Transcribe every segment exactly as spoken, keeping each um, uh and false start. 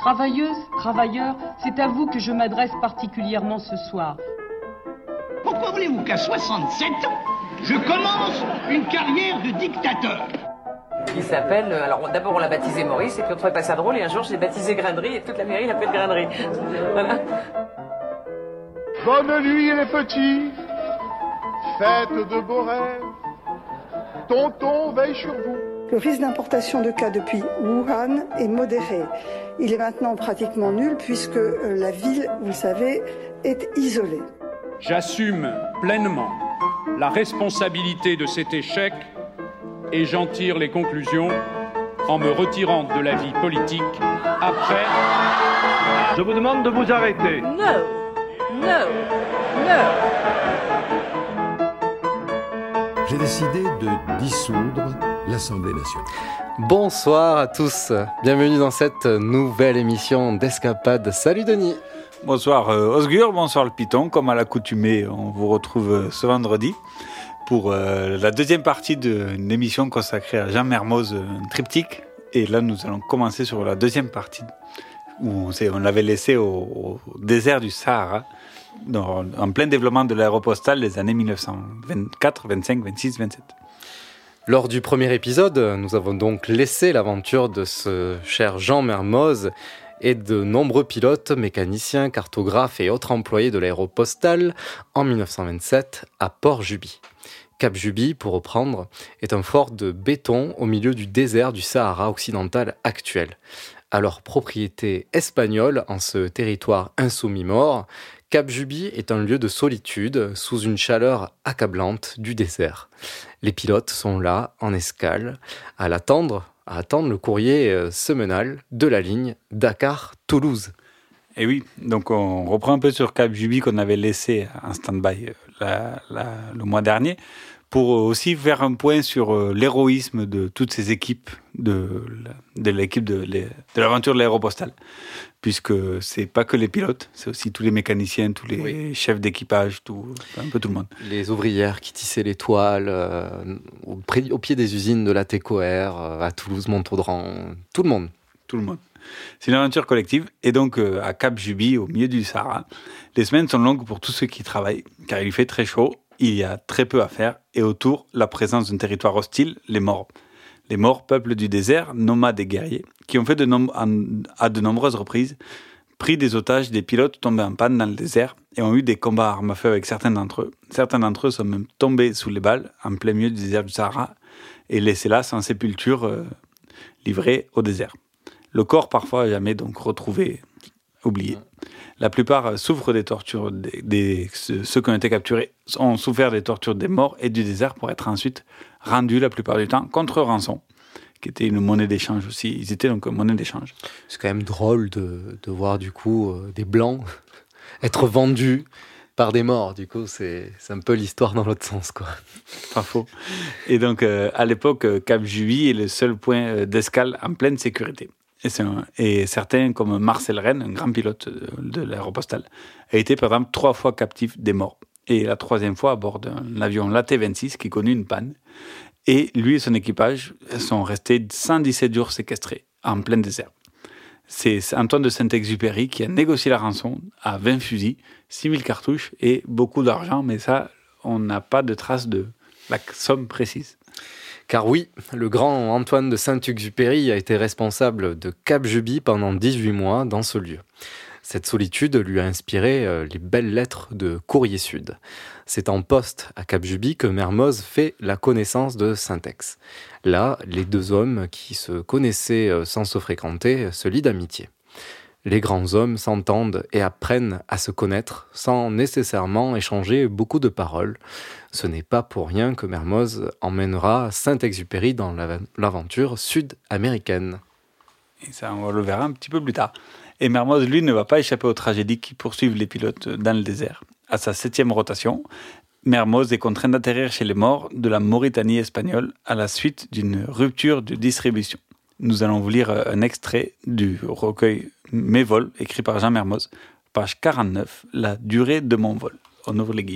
Travailleuses, travailleurs, c'est à vous que je m'adresse particulièrement ce soir. Pourquoi voulez-vous qu'à soixante-sept ans, je commence une carrière de dictateur ? Il s'appelle, alors d'abord on l'a baptisé Maurice, et puis on trouvait pas ça drôle, et un jour je l'ai baptisé Grainerie, et toute la mairie l'appelle Grainerie. Voilà. Bonne nuit les petits, faites de beaux rêves, tonton veille sur vous. Le risque d'importation de cas depuis Wuhan est modéré. Il est maintenant pratiquement nul puisque la ville, vous le savez, est isolée. J'assume pleinement la responsabilité de cet échec et j'en tire les conclusions en me retirant de la vie politique après... Je vous demande de vous arrêter. No, no, no. J'ai décidé de dissoudre l'Assemblée nationale. Bonsoir à tous, bienvenue dans cette nouvelle émission d'Escapade. Salut Denis. Bonsoir euh, Osgur, bonsoir le Python. Comme à l'accoutumée, on vous retrouve euh, ce vendredi pour euh, la deuxième partie d'une émission consacrée à Jean Mermoz, un triptyque. Et là, nous allons commencer sur la deuxième partie où on, on l'avait laissé au, au désert du Sahara, dans, en plein développement de l'aéropostale des années mille neuf cent vingt-quatre, vingt-cinq, vingt-six, vingt-sept. Lors du premier épisode, nous avons donc laissé l'aventure de ce cher Jean Mermoz et de nombreux pilotes, mécaniciens, cartographes et autres employés de l'aéropostale en mille neuf cent vingt-sept à Port-Juby. Cap Juby, pour reprendre, est un fort de béton au milieu du désert du Sahara occidental actuel. Alors propriété espagnole en ce territoire insoumis-mort, Cap Juby est un lieu de solitude sous une chaleur accablante du désert. Les pilotes sont là, en escale, à l'attendre, à attendre le courrier semanal de la ligne Dakar-Toulouse. Et oui, donc on reprend un peu sur Cap Juby qu'on avait laissé en stand-by la, la, le mois dernier, pour aussi faire un point sur l'héroïsme de toutes ces équipes de, de l'équipe de, de l'aventure de l'aéropostale. Puisque c'est pas que les pilotes, c'est aussi tous les mécaniciens, tous les oui. chefs d'équipage, tout, un peu tout le monde. Les ouvrières qui tissaient les toiles, euh, au, au pied des usines de la Teco Air, euh, à Toulouse, Montaudran, tout le monde. Tout le monde. C'est une aventure collective. Et donc, euh, à Cap Juby, au milieu du Sahara, les semaines sont longues pour tous ceux qui travaillent, car il fait très chaud, il y a très peu à faire, et autour, la présence d'un territoire hostile, les morts. Les morts, peuple du désert, nomades et guerriers, qui ont fait de nom- en, à de nombreuses reprises pris des otages des pilotes tombés en panne dans le désert et ont eu des combats armes à feu avec certains d'entre eux. Certains d'entre eux sont même tombés sous les balles en plein milieu du désert du Sahara et laissés là sans sépulture, euh, livrés au désert. Le corps parfois jamais donc retrouvé, oublié. La plupart souffrent des tortures, des, des, ceux qui ont été capturés ont souffert des tortures des morts et du désert pour être ensuite rendus la plupart du temps contre rançon, qui était une monnaie d'échange aussi. Ils étaient donc une monnaie d'échange. C'est quand même drôle de, de voir du coup euh, des blancs être vendus par des morts. Du coup, c'est, c'est un peu l'histoire dans l'autre sens, quoi. Pas faux. Et donc, euh, à l'époque, Cap Juby est le seul point d'escale en pleine sécurité. Et, c'est un, et certains, comme Marcel Rennes, un grand pilote de, de l'aéropostale, a été par exemple trois fois captif des morts. Et la troisième fois à bord d'un avion l'A T vingt-six qui connut une panne. Et lui et son équipage sont restés cent dix-sept jours séquestrés en plein désert. C'est Antoine de Saint-Exupéry qui a négocié la rançon à vingt fusils, six mille cartouches et beaucoup d'argent. Mais ça, on n'a pas de trace de la somme précise. Car oui, le grand Antoine de Saint-Exupéry a été responsable de Cap Juby pendant dix-huit mois dans ce lieu. Cette solitude lui a inspiré les belles lettres de Courrier Sud. C'est en poste à Cap Juby que Mermoz fait la connaissance de Saint-Ex. Là, les deux hommes qui se connaissaient sans se fréquenter se lient d'amitié. Les grands hommes s'entendent et apprennent à se connaître sans nécessairement échanger beaucoup de paroles. Ce n'est pas pour rien que Mermoz emmènera Saint-Exupéry dans l'aventure sud-américaine. Et ça, on le verra un petit peu plus tard. Et Mermoz, lui, ne va pas échapper aux tragédies qui poursuivent les pilotes dans le désert. À sa septième rotation, Mermoz est contraint d'atterrir chez les morts de la Mauritanie espagnole à la suite d'une rupture de distribution. Nous allons vous lire un extrait du recueil Mes vols, écrit par Jean Mermoz, page quarante-neuf, La durée de mon vol. On ouvre les guillemets.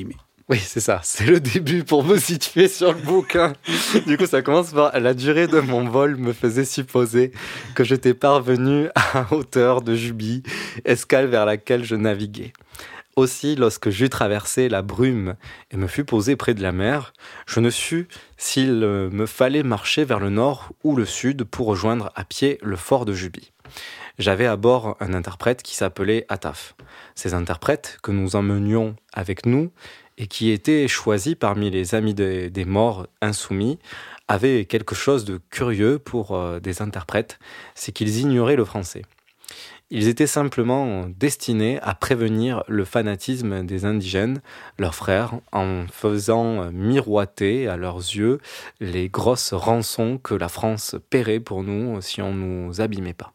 Oui, c'est ça. C'est le début pour me situer sur le bouquin. Du coup, ça commence par la durée de mon vol me faisait supposer que j'étais parvenu à hauteur de Juby, escale vers laquelle je naviguais. Aussi, lorsque j'eus traversé la brume et me fus posé près de la mer, je ne sus s'il me fallait marcher vers le nord ou le sud pour rejoindre à pied le fort de Juby. J'avais à bord un interprète qui s'appelait Ataf. Ces interprètes que nous emmenions avec nous et qui étaient choisis parmi les amis des, des morts insoumis avaient quelque chose de curieux pour euh, des interprètes, c'est qu'ils ignoraient le français. Ils étaient simplement destinés à prévenir le fanatisme des indigènes, leurs frères, en faisant miroiter à leurs yeux les grosses rançons que la France paierait pour nous si on ne nous abîmait pas.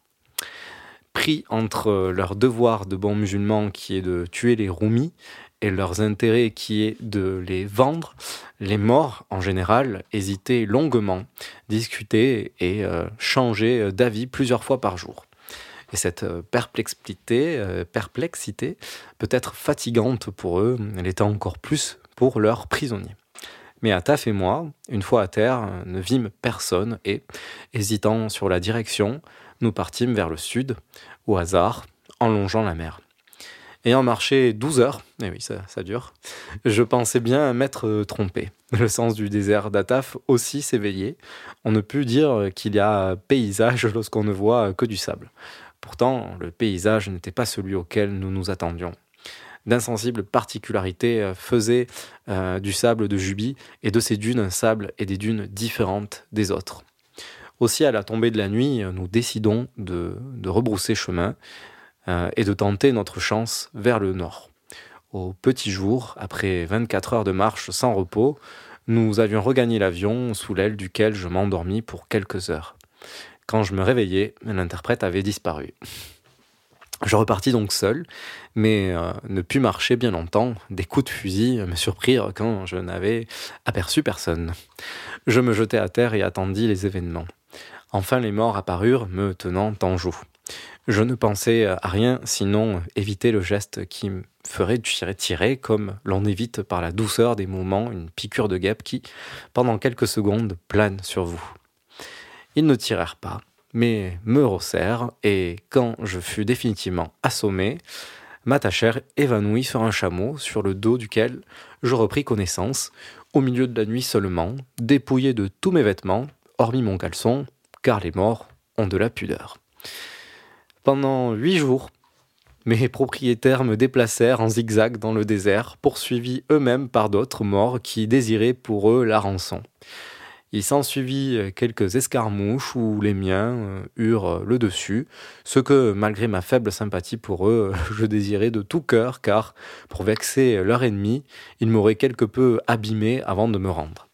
Pris entre leur devoir de bons musulmans qui est de tuer les roumis et leurs intérêts qui est de les vendre, les morts en général hésitaient longuement, discutaient et euh, changeaient d'avis plusieurs fois par jour. Et cette perplexité, euh, perplexité peut être fatigante pour eux, elle était encore plus pour leurs prisonniers. Mais Ataf et moi, une fois à terre, ne vîmes personne et, hésitant sur la direction, nous partîmes vers le sud, au hasard, en longeant la mer. Ayant marché douze heures, et oui, ça, ça dure, je pensais bien m'être trompé. Le sens du désert d'Ataf aussi s'éveillait. On ne peut dire qu'il y a paysage lorsqu'on ne voit que du sable. Pourtant, le paysage n'était pas celui auquel nous nous attendions. D'insensibles particularités faisaient euh, du sable de Juby et de ces dunes un sable et des dunes différentes des autres. Aussi, à la tombée de la nuit, nous décidons de, de rebrousser chemin euh, et de tenter notre chance vers le nord. Au petit jour, après vingt-quatre heures de marche sans repos, nous avions regagné l'avion sous l'aile duquel je m'endormis pour quelques heures. Quand je me réveillais, l'interprète avait disparu. Je repartis donc seul, mais euh, ne pus marcher bien longtemps. Des coups de fusil me surprirent quand je n'avais aperçu personne. Je me jetai à terre et attendis les événements. Enfin, les morts apparurent, me tenant en joue. Je ne pensais à rien, sinon éviter le geste qui me ferait tirer, tirer, comme l'on évite par la douceur des mouvements une piqûre de guêpe qui, pendant quelques secondes, plane sur vous. Ils ne tirèrent pas, mais me rossèrent, et quand je fus définitivement assommé, m'attachèrent évanoui sur un chameau, sur le dos duquel je repris connaissance, au milieu de la nuit seulement, dépouillé de tous mes vêtements, hormis mon caleçon, car les morts ont de la pudeur. Pendant huit jours, mes propriétaires me déplacèrent en zigzag dans le désert, poursuivis eux-mêmes par d'autres morts qui désiraient pour eux la rançon. Il s'ensuivit quelques escarmouches où les miens eurent le dessus, ce que, malgré ma faible sympathie pour eux, je désirais de tout cœur, car, pour vexer leur ennemi, ils m'auraient quelque peu abîmé avant de me rendre.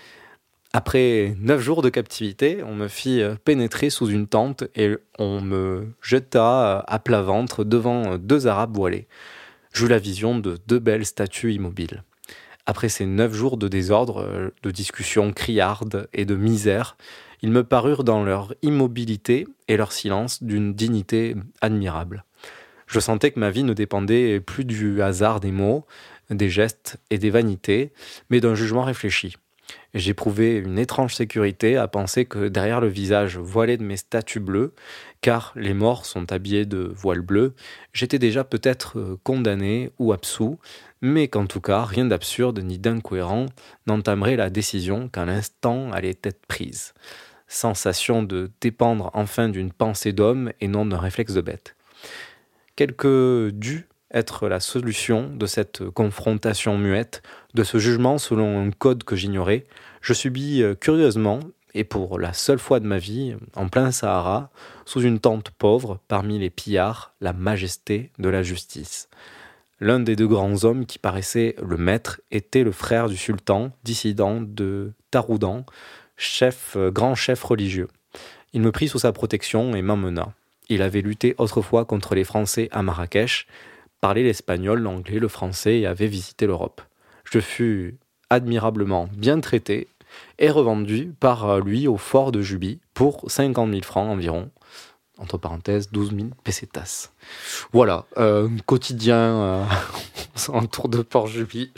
Après neuf jours de captivité, on me fit pénétrer sous une tente et on me jeta à plat ventre devant deux Arabes voilés. J'eus la vision de deux belles statues immobiles. Après ces neuf jours de désordre, de discussions criardes et de misère, ils me parurent dans leur immobilité et leur silence d'une dignité admirable. Je sentais que ma vie ne dépendait plus du hasard des mots, des gestes et des vanités, mais d'un jugement réfléchi. J'éprouvais une étrange sécurité à penser que derrière le visage voilé de mes statues bleues, car les morts sont habillés de voiles bleues, j'étais déjà peut-être condamné ou absous, mais qu'en tout cas, rien d'absurde ni d'incohérent n'entamerait la décision qu'à l'instant allait être prise. Sensation de dépendre enfin d'une pensée d'homme et non d'un réflexe de bête. Quelle que dut être la solution de cette confrontation muette, de ce jugement selon un code que j'ignorais, je subis curieusement, et pour la seule fois de ma vie, en plein Sahara, sous une tente pauvre, parmi les pillards, la majesté de la justice. L'un des deux grands hommes qui paraissait le maître était le frère du sultan, dissident de Taroudan, chef, grand chef religieux. Il me prit sous sa protection et m'emmena. Il avait lutté autrefois contre les Français à Marrakech, parlait l'espagnol, l'anglais, le français et avait visité l'Europe. Je fus admirablement bien traité et revendu par lui au fort de Juby pour cinquante mille francs environ, entre parenthèses douze mille pesetas. Voilà, euh, quotidien euh, en tour de Port Juby.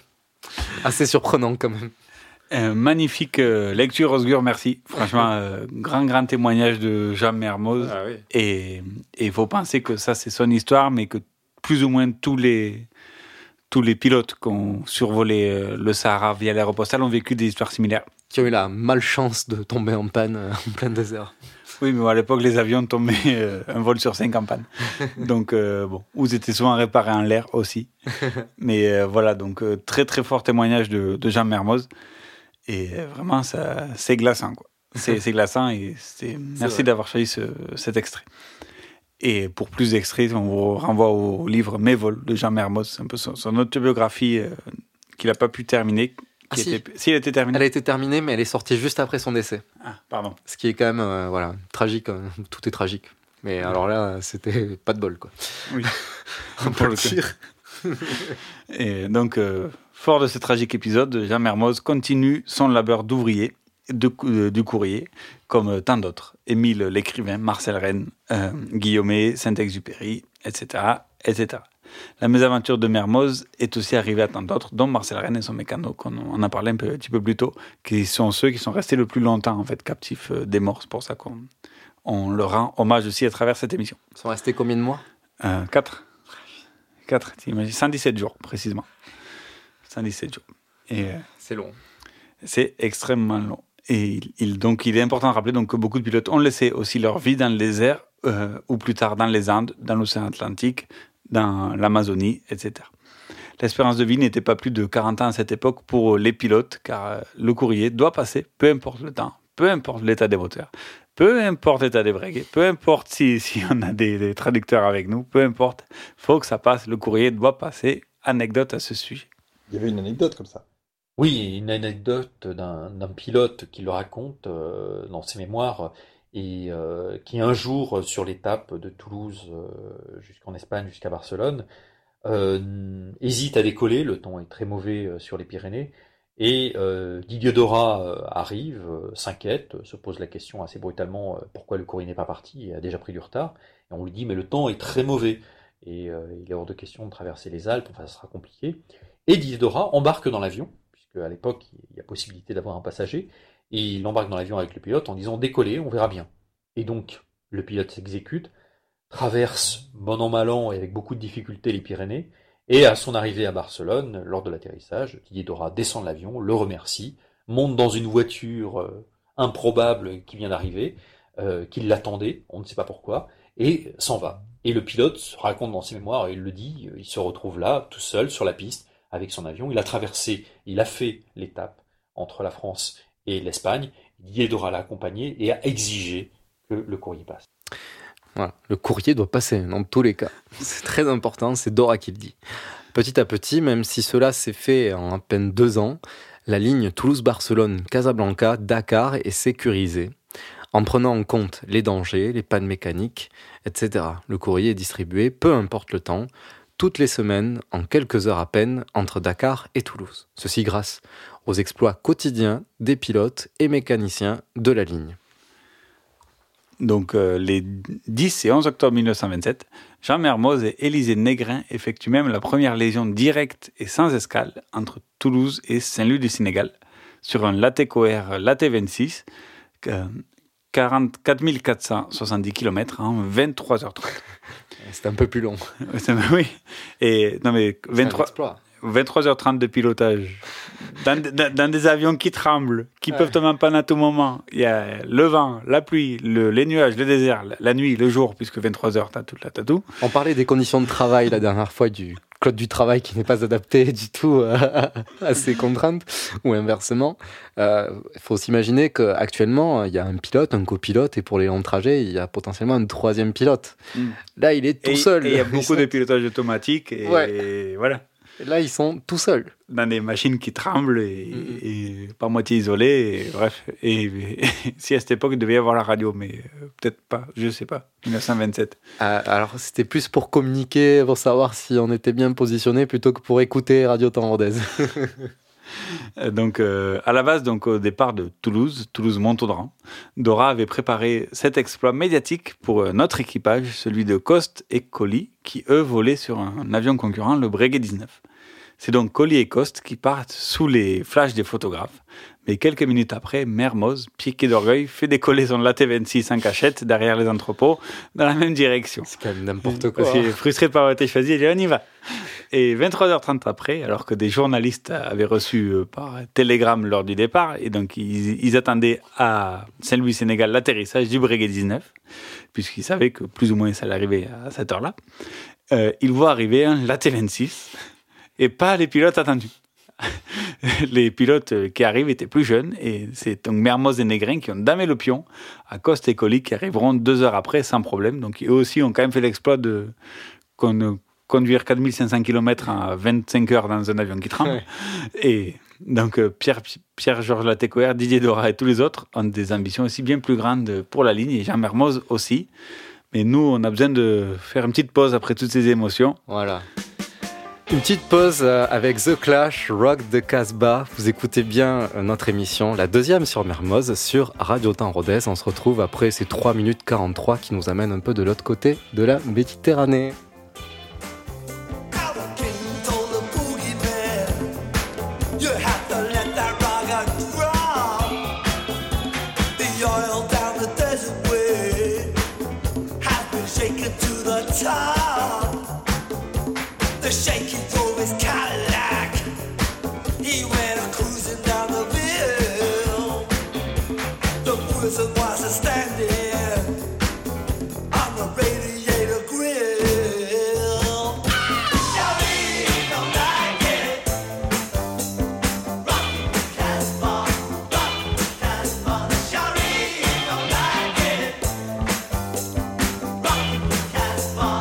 Assez surprenant quand même. Euh, magnifique euh, lecture, Osgur, merci. Franchement, euh, grand, grand témoignage de Jean Mermoz. Ah oui. Et il faut penser que ça, c'est son histoire, mais que plus ou moins tous les, tous les pilotes qui ont survolé euh, le Sahara via l'aéropostale ont vécu des histoires similaires. Qui ont eu la malchance de tomber en panne euh, en plein désert. Oui, mais à l'époque, les avions tombaient euh, un vol sur cinq en panne. Donc, euh, bon, ou ils étaient souvent réparés en l'air aussi. Mais euh, voilà, donc euh, très, très fort témoignage de, de Jean Mermoz. Et euh, vraiment, ça, c'est glaçant, quoi. C'est, c'est glaçant et c'est, merci d'avoir choisi ce, cet extrait. Et pour plus d'extraits, on vous renvoie au livre Mes vols de Jean Mermoz. C'est un peu son, son autobiographie euh, qu'il n'a pas pu terminer. Ah, qui si. était, si, elle était terminée. Elle a été terminée, mais elle est sortie juste après son décès. Ah, pardon. Ce qui est quand même euh, voilà, tragique. Euh, tout est tragique. Mais alors là, c'était pas de bol, quoi. Oui. On peut le dire. Et donc, euh, fort de ce tragique épisode, Jean Mermoz continue son labeur d'ouvrier de, euh, du courrier, comme tant d'autres. Émile l'écrivain, Marcel Rennes, euh, Guillaumet, Saint-Exupéry, et cetera, et cetera. La mésaventure de Mermoz est aussi arrivée à tant d'autres, dont Marcel Rennes et son mécano, qu'on on a parlé un, peu, un petit peu plus tôt, qui sont ceux qui sont restés le plus longtemps, en fait, captifs euh, des morts. C'est pour ça qu'on on leur rend hommage aussi à travers cette émission. Ils sont restés combien de mois ? euh, Quatre. Quatre, t'imagines, cent dix-sept jours, précisément. cent dix-sept jours. Et, euh, c'est long. C'est extrêmement long. Et il, il, donc, il est important de rappeler donc, que beaucoup de pilotes ont laissé aussi leur vie dans le désert, euh, ou plus tard dans les Andes, dans l'océan Atlantique, dans l'Amazonie, et cetera. L'espérance de vie n'était pas plus de quarante ans à cette époque pour les pilotes, car euh, le courrier doit passer, peu importe le temps, peu importe l'état des moteurs, peu importe l'état des breguets, peu importe si, si on a des, des traducteurs avec nous, peu importe, il faut que ça passe, le courrier doit passer. Anecdote à ce sujet. Il y avait une anecdote comme ça. Oui, une anecdote d'un, d'un pilote qui le raconte euh, dans ses mémoires et euh, qui un jour, sur l'étape de Toulouse euh, jusqu'en Espagne, jusqu'à Barcelone, euh, hésite à décoller, le temps est très mauvais euh, sur les Pyrénées, et euh, Didier Dora euh, arrive, euh, s'inquiète, se pose la question assez brutalement euh, pourquoi le courrier n'est pas parti, il a déjà pris du retard, et on lui dit mais le temps est très mauvais, et euh, il est hors de question de traverser les Alpes, enfin ça sera compliqué, et Didier Dora embarque dans l'avion, puisque à l'époque il y a possibilité d'avoir un passager, et il embarque dans l'avion avec le pilote en disant décoller, on verra bien. Et donc le pilote s'exécute, traverse bon an mal an et avec beaucoup de difficultés les Pyrénées, et à son arrivée à Barcelone, lors de l'atterrissage, Didier Dora descend de l'avion, le remercie, monte dans une voiture euh, improbable qui vient d'arriver, euh, qui l'attendait, on ne sait pas pourquoi, et s'en va. Et le pilote raconte dans ses mémoires, et il le dit, il se retrouve là, tout seul, sur la piste, avec son avion. Il a traversé, il a fait l'étape entre la France et l'Espagne. Didier Dora l'a accompagné et a exigé que le courrier passe. Voilà, le courrier doit passer dans tous les cas. C'est très important, c'est Dora qui le dit. Petit à petit, même si cela s'est fait en à peine deux ans, la ligne Toulouse-Barcelone-Casablanca-Dakar est sécurisée, en prenant en compte les dangers, les pannes mécaniques, et cetera. Le courrier est distribué, peu importe le temps, toutes les semaines, en quelques heures à peine, entre Dakar et Toulouse. Ceci grâce aux exploits quotidiens des pilotes et mécaniciens de la ligne. Donc, euh, les dix et onze octobre mille neuf cent vingt-sept, Jean Mermoz et Élisée Négrin effectuent même la première liaison directe et sans escale entre Toulouse et Saint-Louis du Sénégal sur un Latéco Air Lat vingt-six, euh, quarante-quatre mille quatre cent soixante-dix kilomètres en vingt-trois heures trente. C'était un peu plus long. Oui. Et, non mais vingt-trois, vingt-trois heures trente de pilotage dans, dans, dans des avions qui tremblent, qui ouais. peuvent tomber en panne à tout moment. Il y a le vent, la pluie, le, les nuages, le désert, la, la nuit, le jour, puisque vingt-trois heures, t'as tout, là, t'as tout. On parlait des conditions de travail la dernière fois, du code du travail qui n'est pas adapté du tout à, à ces contraintes, ou inversement. Il euh, faut s'imaginer qu'actuellement, il y a un pilote, un copilote, et pour les longs trajets, il y a potentiellement un troisième pilote. Mm. Là, il est tout et, seul. Et il y a beaucoup de pilotage automatique, et, ouais. et voilà. Et là, ils sont tout seuls. Dans des machines qui tremblent et, mmh. et pas moitié isolées. Et, bref. Et, et, et si à cette époque, il devait y avoir la radio, mais euh, peut-être pas, je ne sais pas. dix-neuf cent vingt-sept. Euh, alors, c'était plus pour communiquer, pour savoir si on était bien positionné plutôt que pour écouter Radio Temps Rodez. Donc, euh, à la base, donc, au départ de Toulouse, Toulouse-Montaudran, Dora avait préparé cet exploit médiatique pour notre équipage, celui de Coste et Colli, qui, eux, volaient sur un avion concurrent, le Breguet dix-neuf. C'est donc Collier et Coste qui partent sous les flashs des photographes. Mais quelques minutes après, Mermoz, piqué d'orgueil, fait décoller son Laté vingt-six en cachette derrière les entrepôts dans la même direction. C'est quand même n'importe quoi. Parce qu'il est frustré de pas avoir été choisi, il dit on y va. Et vingt-trois heures trente après, alors que des journalistes avaient reçu par télégramme l'heure du départ, et donc ils, ils attendaient à Saint-Louis-Sénégal l'atterrissage du Breguet dix-neuf, puisqu'ils savaient que plus ou moins ça allait arriver à cette heure-là, euh, ils voient arriver un Laté vingt-six et pas les pilotes attendus. Les pilotes qui arrivent étaient plus jeunes et c'est donc Mermoz et Négrin qui ont damé le pion à Coste et Colli qui arriveront deux heures après sans problème. Donc eux aussi ont quand même fait l'exploit de con- conduire quatre mille cinq cents kilomètres en vingt-cinq heures dans un avion qui tremble. Ouais. Et donc Pierre, Pierre-Georges Latécoère, Didier Dora et tous les autres ont des ambitions aussi bien plus grandes pour la ligne et Jean Mermoz aussi. Mais nous, on a besoin de faire une petite pause après toutes ces émotions. Voilà. Une petite pause avec The Clash, Rock the Casbah. Vous écoutez bien notre émission, la deuxième sur Mermoz, sur Radio Temps Rodez. On se retrouve après ces trois minutes quarante-trois qui nous amènent un peu de l'autre côté de la Méditerranée. The shaky drove his Cadillac. He went a cruising down the hill. The prison was a standing on the radiator grill. Shelly don't like it. Rock the Casbah, rock the Casbah. Shelly don't like it. Rock the Casbah.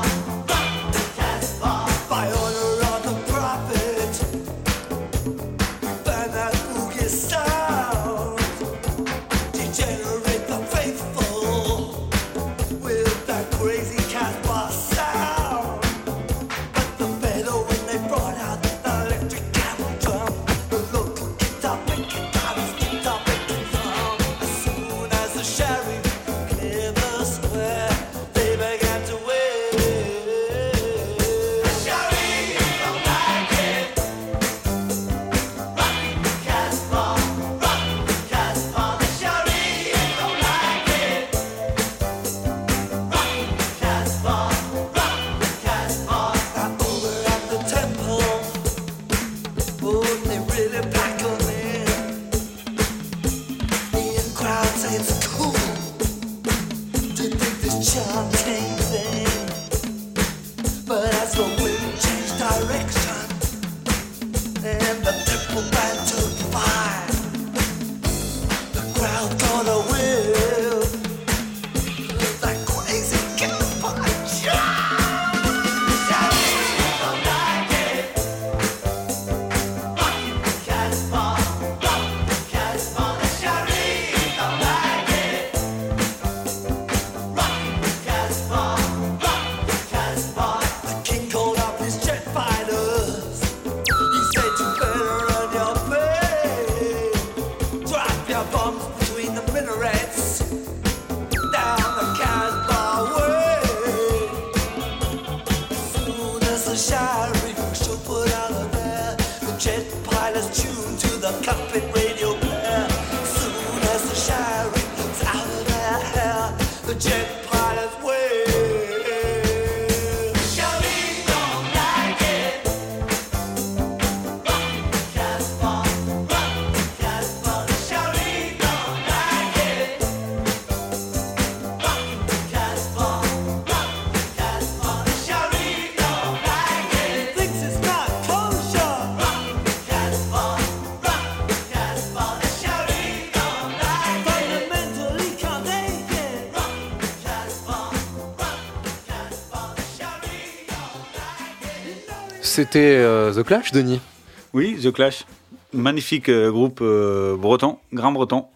C'était euh, The Clash, Denis. Oui, The Clash. Magnifique euh, groupe euh, breton, grand breton,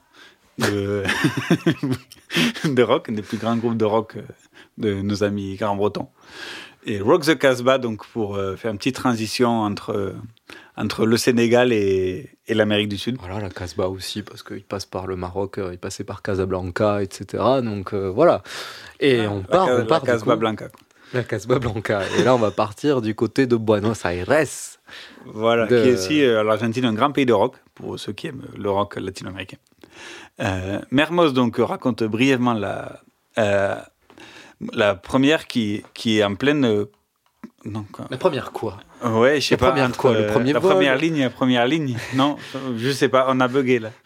de, de rock, un des plus grands groupes de rock euh, de nos amis grands bretons. Et Rock the Casbah, donc pour euh, faire une petite transition entre, euh, entre le Sénégal et, et l'Amérique du Sud. Voilà, la Casbah aussi, parce qu'il passe par le Maroc, euh, il passait par Casablanca, et cetera. Donc euh, voilà. Et ah, on part, la, on part la Casbah Blanca. La Casablanca. Et là, on va partir du côté de Buenos Aires. Voilà, de... qui est aussi euh, l'Argentine, un grand pays de rock, pour ceux qui aiment le rock latino-américain. Euh, Mermoz donc raconte brièvement la, euh, la première qui, qui est en pleine... Euh, non, la première quoi? Ouais, je sais la pas. Première quoi, euh, le premier la vol. première ligne, la première ligne. Non, je sais pas, on a bugué là.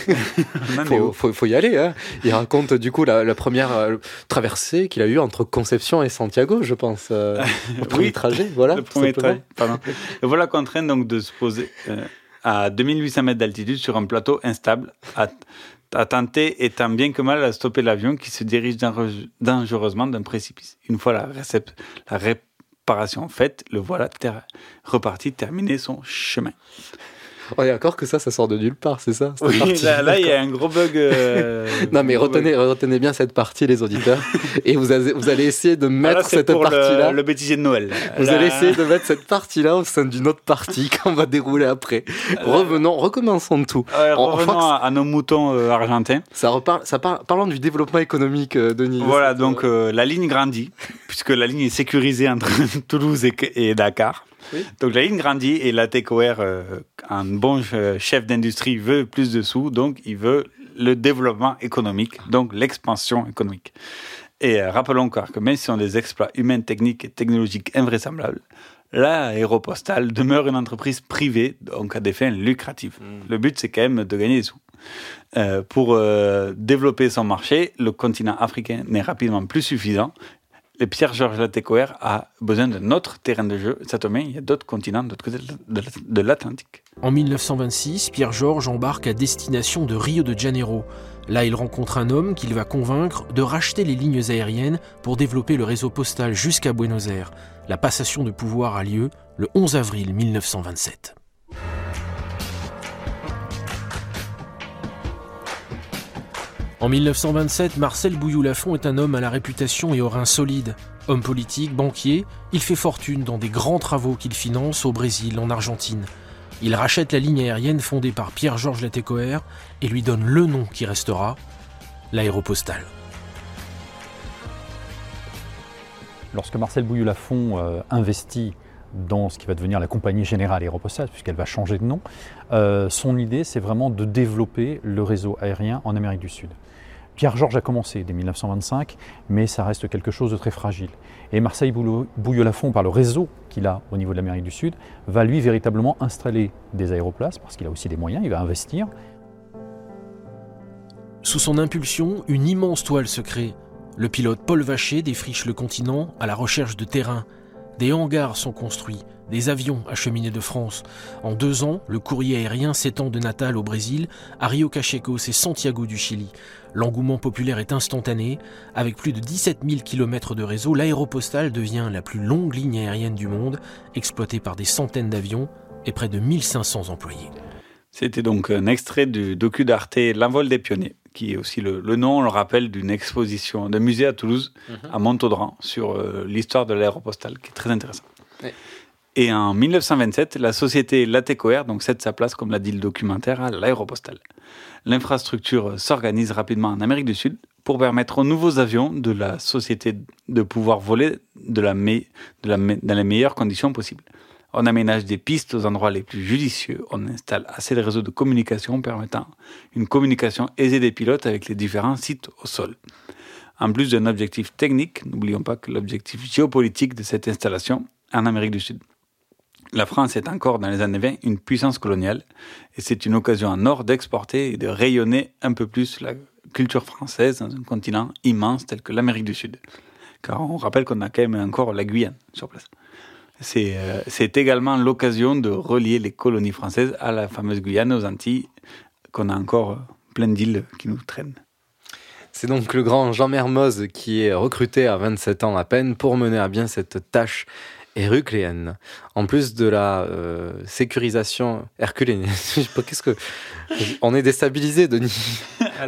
faut, faut, faut y aller. Hein. Il raconte du coup la, la première euh, traversée qu'il a eue entre Concepción et Santiago, je pense. Euh, le premier oui, trajet, voilà. Le premier trajet, pardon. Et voilà qu'on traîne donc de se poser euh, à deux mille huit cents mètres d'altitude sur un plateau instable, à, à tenter et tant bien que mal à stopper l'avion qui se dirige dangereusement d'un précipice. Une fois la, récep- la réparation faite, le voilà ter- reparti terminer son chemin. On est d'accord que ça, ça sort de nulle part, c'est ça? Oui, partie, là, là il y a un gros bug. Euh, non, mais retenez, bug. retenez bien cette partie, les auditeurs. Et vous, avez, vous allez essayer de mettre là, cette pour partie-là. Le, le bêtisier de Noël. Vous là... allez essayer de mettre cette partie-là au sein d'une autre partie qu'on va dérouler après. Là... Revenons, recommençons tout. Ouais, revenons à, à nos moutons euh, argentins. Ça reparle, ça parle, parlons du développement économique, euh, Denis. Voilà, donc euh, la ligne grandit, puisque la ligne est sécurisée entre Toulouse et, et Dakar. Oui. Donc la ligne grandit et l'A T C O R, euh, un bon chef d'industrie, veut plus de sous, donc il veut le développement économique, donc l'expansion économique. Et euh, rappelons encore que même si on a des exploits humains, techniques et technologiques invraisemblables, l'Aéropostale demeure une entreprise privée, donc à des fins lucratives. Mmh. Le but, c'est quand même de gagner des sous. Euh, pour euh, développer son marché, le continent africain n'est rapidement plus suffisant. Et Pierre-Georges Latécoère a besoin d'un autre terrain de jeu. Ça tombe bien, il y a d'autres continents de l'autre côté de l'Atlantique. En mille neuf cent vingt-six, Pierre-Georges embarque à destination de Rio de Janeiro. Là, il rencontre un homme qu'il va convaincre de racheter les lignes aériennes pour développer le réseau postal jusqu'à Buenos Aires. La passation de pouvoir a lieu le onze avril mille neuf cent vingt-sept. En mille neuf cent vingt-sept, Marcel Bouilloux-Lafont est un homme à la réputation et aux reins solides. Homme politique, banquier, il fait fortune dans des grands travaux qu'il finance au Brésil, en Argentine. Il rachète la ligne aérienne fondée par Pierre-Georges Latécoère et lui donne le nom qui restera, l'Aéropostale. Lorsque Marcel Bouilloux-Lafont euh, investit dans ce qui va devenir la Compagnie Générale Aéropostale, puisqu'elle va changer de nom, euh, son idée, c'est vraiment de développer le réseau aérien en Amérique du Sud. Pierre-Georges a commencé dès mille neuf cent vingt-cinq, mais ça reste quelque chose de très fragile. Et Marcel Bouilloux-Lafont, par le réseau qu'il a au niveau de l'Amérique du Sud, va lui véritablement installer des aéroplaces, parce qu'il a aussi des moyens, il va investir. Sous son impulsion, une immense toile se crée. Le pilote Paul Vacher défriche le continent à la recherche de terrain. Des hangars sont construits, des avions acheminés de France. En deux ans, le courrier aérien s'étend de Natal au Brésil à Rio Cachecos et Santiago du Chili. L'engouement populaire est instantané. Avec plus de dix-sept mille kilomètres de réseau, l'Aéropostale devient la plus longue ligne aérienne du monde, exploitée par des centaines d'avions et près de mille cinq cents employés. C'était donc un extrait du docu d'Arte L'envol des pionniers, qui est aussi le, le nom, on le rappelle, d'une exposition d'un musée à Toulouse, mm-hmm. à Montaudran, sur euh, l'histoire de l'Aéropostale, qui est très intéressant. Oui. Et en mille neuf cent vingt-sept, la société Latécoère donc cède sa place, comme l'a dit le documentaire, à l'Aéropostale. L'infrastructure s'organise rapidement en Amérique du Sud pour permettre aux nouveaux avions de la société de pouvoir voler de la me- de la me- dans les meilleures conditions possibles. On aménage des pistes aux endroits les plus judicieux. On installe assez de réseaux de communication permettant une communication aisée des pilotes avec les différents sites au sol. En plus d'un objectif technique, n'oublions pas que l'objectif géopolitique de cette installation en Amérique du Sud. La France est encore dans les années vingt une puissance coloniale et c'est une occasion en or d'exporter et de rayonner un peu plus la culture française dans un continent immense tel que l'Amérique du Sud. Car on rappelle qu'on a quand même encore la Guyane sur place. C'est, euh, c'est également l'occasion de relier les colonies françaises à la fameuse Guyane, aux Antilles, qu'on a encore plein d'îles qui nous traînent. C'est donc le grand Jean Mermoz qui est recruté à vingt-sept ans à peine pour mener à bien cette tâche herculéenne. En plus de la euh, sécurisation herculéenne, qu'est-ce que on est déstabilisé, Denis.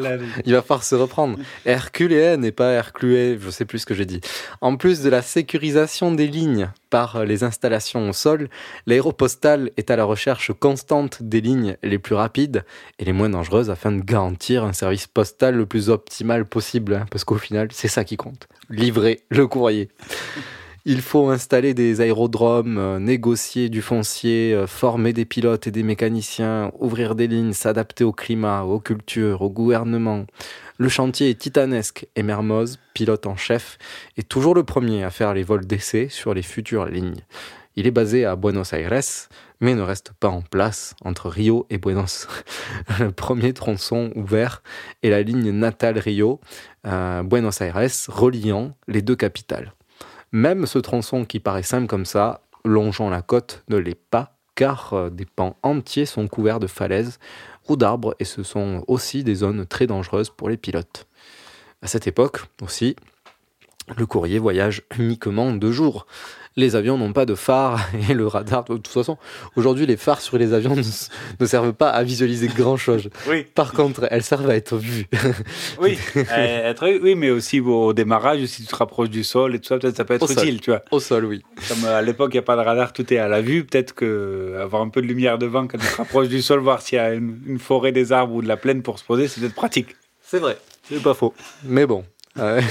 Il va falloir se reprendre. Herculéenne et pas Herclué, je sais plus ce que j'ai dit. En plus de la sécurisation des lignes par les installations au sol, l'Aéropostale est à la recherche constante des lignes les plus rapides et les moins dangereuses afin de garantir un service postal le plus optimal possible, hein, parce qu'au final, c'est ça qui compte. Livrer le courrier. Il faut installer des aérodromes, euh, négocier du foncier, euh, former des pilotes et des mécaniciens, ouvrir des lignes, s'adapter au climat, aux cultures, au gouvernement. Le chantier est titanesque et Mermoz, pilote en chef, est toujours le premier à faire les vols d'essai sur les futures lignes. Il est basé à Buenos Aires, mais ne reste pas en place entre Rio et Buenos. Le premier tronçon ouvert est la ligne Natal-Rio, euh, Buenos Aires, reliant les deux capitales. Même ce tronçon qui paraît simple comme ça, longeant la côte, ne l'est pas, car euh, des pans entiers sont couverts de falaises ou d'arbres, et ce sont aussi des zones très dangereuses pour les pilotes. À cette époque aussi, le courrier voyage uniquement deux jours. Les avions n'ont pas de phare et le radar. De toute façon, aujourd'hui, les phares sur les avions ne, ne servent pas à visualiser grand-chose. Oui. Par contre, elles servent à être vues. Oui, euh, être, oui, mais aussi au démarrage, si tu te rapproches du sol et tout ça, peut-être ça peut être au utile, sol. tu vois. Au sol, oui. Comme à l'époque, il n'y a pas de radar, tout est à la vue. Peut-être qu'avoir un peu de lumière devant quand tu te rapproches du sol, voir s'il y a une, une forêt, des arbres ou de la plaine pour se poser, c'est peut-être pratique. C'est vrai, c'est pas faux. Mais bon. Euh...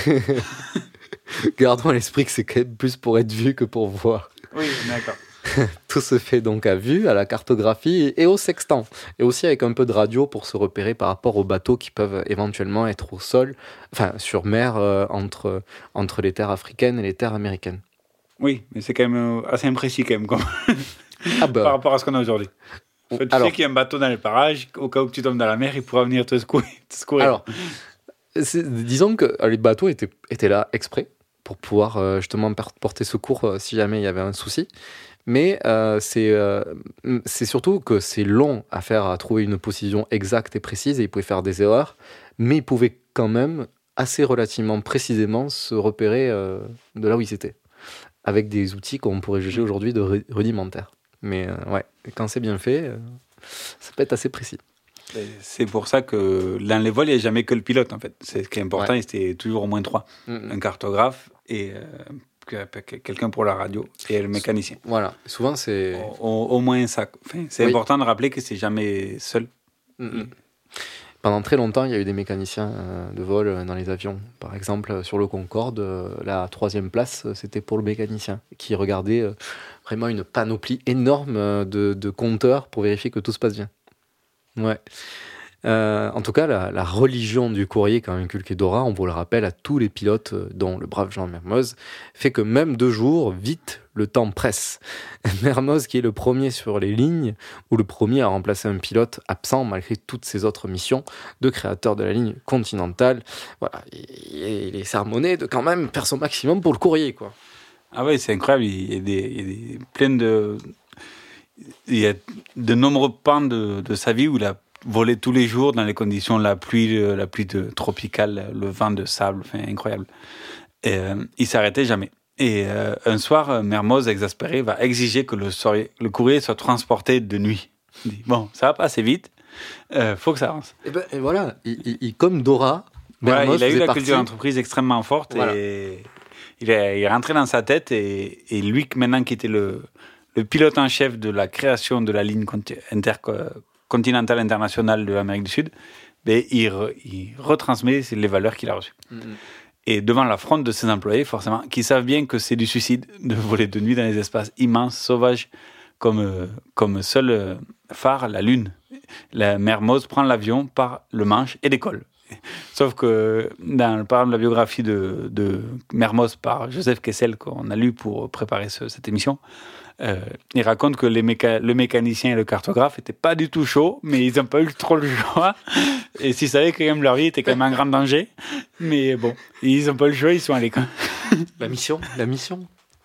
Gardons à l'esprit que c'est quand même plus pour être vu que pour voir. Oui, d'accord. Tout se fait donc à vue, à la cartographie et au sextant. Et aussi avec un peu de radio pour se repérer par rapport aux bateaux qui peuvent éventuellement être au sol, enfin sur mer, euh, entre, entre les terres africaines et les terres américaines. Oui, mais c'est quand même assez imprécis quand même, comme... ah bah. par rapport à ce qu'on a aujourd'hui. En fait, tu Alors, sais qu'il y a un bateau dans les parages, au cas où tu tombes dans la mer, il pourra venir te secourir. Te secourir. Alors, disons que les bateaux étaient, étaient là exprès pour pouvoir euh, justement porter secours euh, si jamais il y avait un souci. Mais euh, c'est, euh, c'est surtout que c'est long à faire, à trouver une position exacte et précise, et ils pouvaient faire des erreurs, mais ils pouvaient quand même assez relativement précisément se repérer euh, de là où ils étaient, avec des outils qu'on pourrait juger aujourd'hui de rudimentaires. Mais euh, ouais, quand c'est bien fait, euh, ça peut être assez précis. C'est pour ça que dans les vols, il n'y a jamais que le pilote, en fait. C'est ce qui est important, Ouais. et c'était toujours au moins trois. Mm-hmm. Un cartographe et euh, quelqu'un pour la radio et le mécanicien. Voilà, souvent c'est... Au, au, au moins ça. Enfin, c'est Oui. important de rappeler que c'est jamais seul. Mm-hmm. Pendant très longtemps, il y a eu des mécaniciens euh, de vol dans les avions. Par exemple, sur le Concorde, euh, la troisième place, c'était pour le mécanicien, qui regardait euh, vraiment une panoplie énorme euh, de, de compteurs pour vérifier que tout se passe bien. Ouais. Euh, en tout cas, la, la religion du courrier qu'a inculqué Dora, on vous le rappelle à tous les pilotes, dont le brave Jean Mermoz, fait que même deux jours, vite, le temps presse. Mermoz, qui est le premier sur les lignes, ou le premier à remplacer un pilote absent malgré toutes ses autres missions de créateur de la ligne continentale, voilà, il, il est sermonné de quand même faire son maximum pour le courrier, quoi. Ah oui, c'est incroyable. Il y a, des, il y a des, plein de... Il y a de nombreux pans de, de sa vie où il a volé tous les jours dans les conditions, la pluie, la pluie de, tropicale, le vent de sable, enfin, incroyable. Et, euh, il s'arrêtait jamais. Et euh, un soir, Mermoz, exaspéré, va exiger que le, soirée, le courrier soit transporté de nuit. Il dit, bon, ça va pas assez vite, euh, faut que ça avance. Et, ben, et voilà, il, il, comme Dora, voilà, Mermoz il a eu la partie... culture d'entreprise extrêmement forte, voilà. Et il est, il est rentré dans sa tête, et, et lui, maintenant, qui était le... le pilote en chef de la création de la ligne intercontinentale internationale de l'Amérique du Sud, ben, il, re, il retransmet les valeurs qu'il a reçues. Mm-hmm. Et devant la fronde de ses employés, forcément, qui savent bien que c'est du suicide de voler de nuit dans des espaces immenses, sauvages, comme, comme seul phare la Lune. La Mermoz prend l'avion par le manche et décolle. Sauf que dans par exemple, la biographie de, de Mermoz par Joseph Kessel, qu'on a lu pour préparer ce, cette émission, Euh, il raconte que les méca- le mécanicien et le cartographe n'étaient pas du tout chauds, mais ils n'ont pas eu trop le choix. Et s'ils savaient que quand même leur vie était quand même un grand danger. Mais bon, ils n'ont pas eu le choix, ils sont allés. La mission, la mission.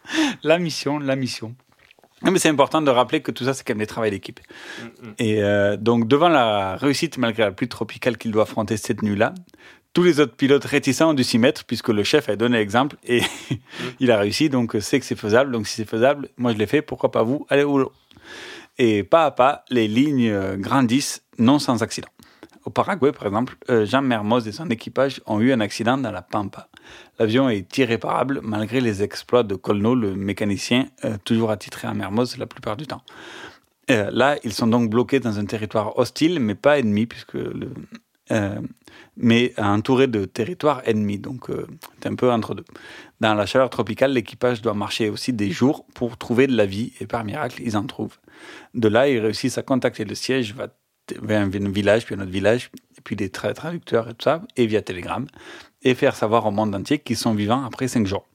La mission, la mission. Non, mais c'est important de rappeler que tout ça, c'est quand même des travails d'équipe. Mm-hmm. Et euh, donc, devant la réussite, malgré la pluie tropicale qu'il doit affronter cette nuit-là, tous les autres pilotes réticents ont dû s'y mettre, puisque le chef a donné l'exemple et mmh. il a réussi, donc c'est que c'est faisable. Donc si c'est faisable, moi je l'ai fait, pourquoi pas vous? Allez au boulot. Et pas à pas, les lignes grandissent, non sans accident. Au Paraguay, par exemple, Jean Mermoz et son équipage ont eu un accident dans la Pampa. L'avion est irréparable, malgré les exploits de Colno, le mécanicien, euh, toujours attitré à Mermoz la plupart du temps. Euh, là, ils sont donc bloqués dans un territoire hostile, mais pas ennemi, puisque le... euh, mais entouré de territoires ennemis, donc euh, c'est un peu entre deux. Dans la chaleur tropicale, l'équipage doit marcher aussi des jours pour trouver de la vie, et par miracle, ils en trouvent. De là, ils réussissent à contacter le siège vers un village, puis un autre village, et puis des tra- traducteurs et tout ça, et via télégramme, et faire savoir au monde entier qu'ils sont vivants après cinq jours.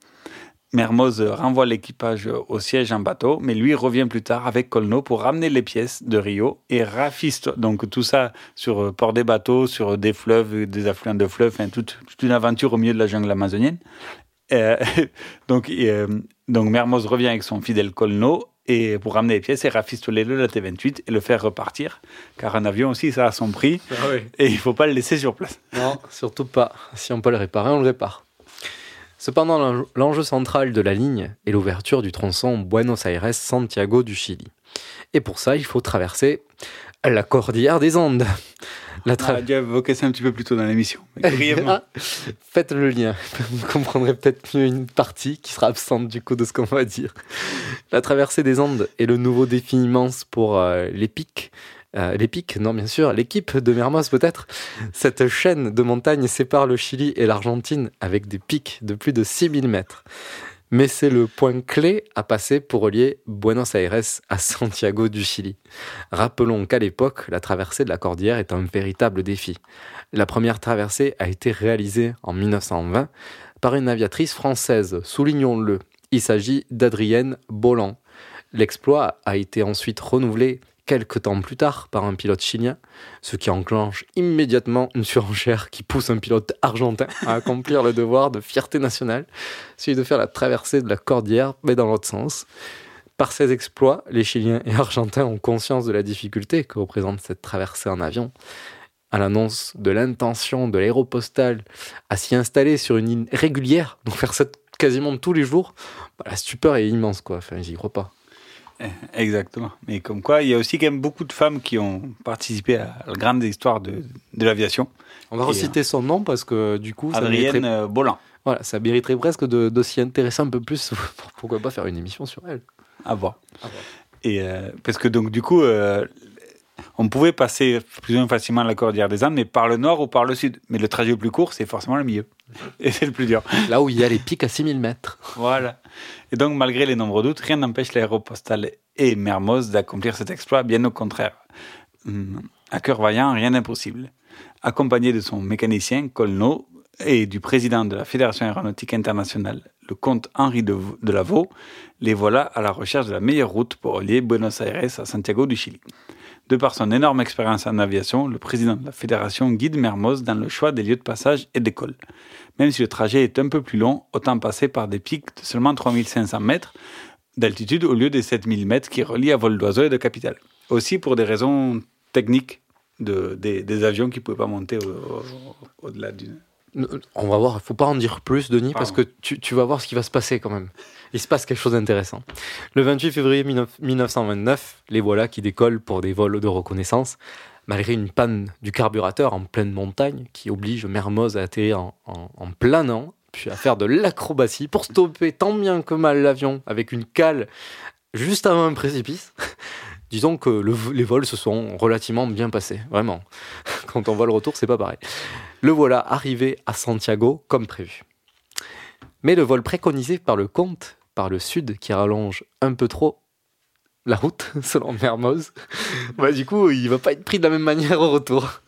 Mermoz renvoie l'équipage au siège en bateau, mais lui revient plus tard avec Colno pour ramener les pièces de Rio et rafiste donc tout ça sur port des bateaux, sur des fleuves, des affluents de fleuves, enfin toute, toute une aventure au milieu de la jungle amazonienne. Euh, donc, euh, donc Mermoz revient avec son fidèle Colno et pour ramener les pièces et rafistoler le T vingt-huit et le faire repartir, car un avion aussi ça a son prix ah oui. et il ne faut pas le laisser sur place. Non, surtout pas. Si on peut le réparer, on le répare. Cependant, l'enjeu central de la ligne est l'ouverture du tronçon Buenos Aires-Santiago du Chili. Et pour ça, il faut traverser la cordillère des Andes. La tra... ah, j'ai évoqué ça un petit peu plus tôt dans l'émission. Brièvement. Faites le lien. Vous comprendrez peut-être mieux une partie qui sera absente du coup de ce qu'on va dire. La traversée des Andes est le nouveau défi immense pour euh, les pics. Euh, les pics, non bien sûr, l'équipe de Mermoz peut-être. Cette chaîne de montagnes sépare le Chili et l'Argentine avec des pics de plus de six mille mètres. Mais c'est le point clé à passer pour relier Buenos Aires à Santiago du Chili. Rappelons qu'à l'époque, la traversée de la cordillère est un véritable défi. La première traversée a été réalisée en mille neuf cent vingt par une aviatrice française, soulignons-le. Il s'agit d'Adrienne Bolland. L'exploit a été ensuite renouvelé quelques temps plus tard par un pilote chilien, ce qui enclenche immédiatement une surenchère qui pousse un pilote argentin à accomplir le devoir de fierté nationale, celui de faire la traversée de la cordillère, mais dans l'autre sens. Par ces exploits, les Chiliens et Argentins ont conscience de la difficulté que représente cette traversée en avion. À l'annonce de l'intention de l'Aéropostale à s'y installer sur une ligne régulière, donc faire ça quasiment tous les jours, bah, la stupeur est immense, quoi. Enfin, j'y crois pas. Exactement. Mais comme quoi, il y a aussi quand même beaucoup de femmes qui ont participé à la grande histoire de, de l'aviation. On va et reciter euh, son nom parce que du coup... Adrienne ça mériterait... Bolland. Voilà, ça mériterait presque de, de s'y intéresser un peu plus. Pourquoi pas faire une émission sur elle. À voir. À voir. Et euh, parce que donc du coup, euh, on pouvait passer plus ou moins facilement la cordillère des Andes, mais par le nord ou par le sud. Mais le trajet le plus court, c'est forcément le milieu. Et c'est le plus dur. Là où il y a les pics à six mille mètres. Voilà. Et donc, malgré les nombreux doutes, rien n'empêche l'Aéropostale et Mermoz d'accomplir cet exploit, bien au contraire. À cœur vaillant, rien d'impossible. Accompagné de son mécanicien, Colno, et du président de la Fédération aéronautique internationale, le comte Henri de, de Lavaux, les voilà à la recherche de la meilleure route pour relier Buenos Aires à Santiago du Chili. De par son énorme expérience en aviation, le président de la Fédération guide Mermoz dans le choix des lieux de passage et d'école. Même si le trajet est un peu plus long, autant passer par des pics de seulement trois mille cinq cents mètres d'altitude au lieu des sept mille mètres qui relient à vol d'oiseau et de capitale. Aussi pour des raisons techniques de, des, des avions qui ne pouvaient pas monter au, au, au-delà d'une... On va voir, il ne faut pas en dire plus, Denis, parce que tu, tu vas voir ce qui va se passer quand même. Il se passe quelque chose d'intéressant. Le vingt-huit février mille neuf cent vingt-neuf, les voilà qui décollent pour des vols de reconnaissance, malgré une panne du carburateur en pleine montagne qui oblige Mermoz à atterrir en, en, en planant, puis à faire de l'acrobatie pour stopper tant bien que mal l'avion avec une cale juste avant un précipice. Disons que le, les vols se sont relativement bien passés, vraiment. Quand on voit le retour, c'est pas pareil. Le voilà arrivé à Santiago comme prévu. Mais le vol préconisé par le comte, par le sud, qui rallonge un peu trop la route, selon Mermoz, bah, du coup, il va pas être pris de la même manière au retour.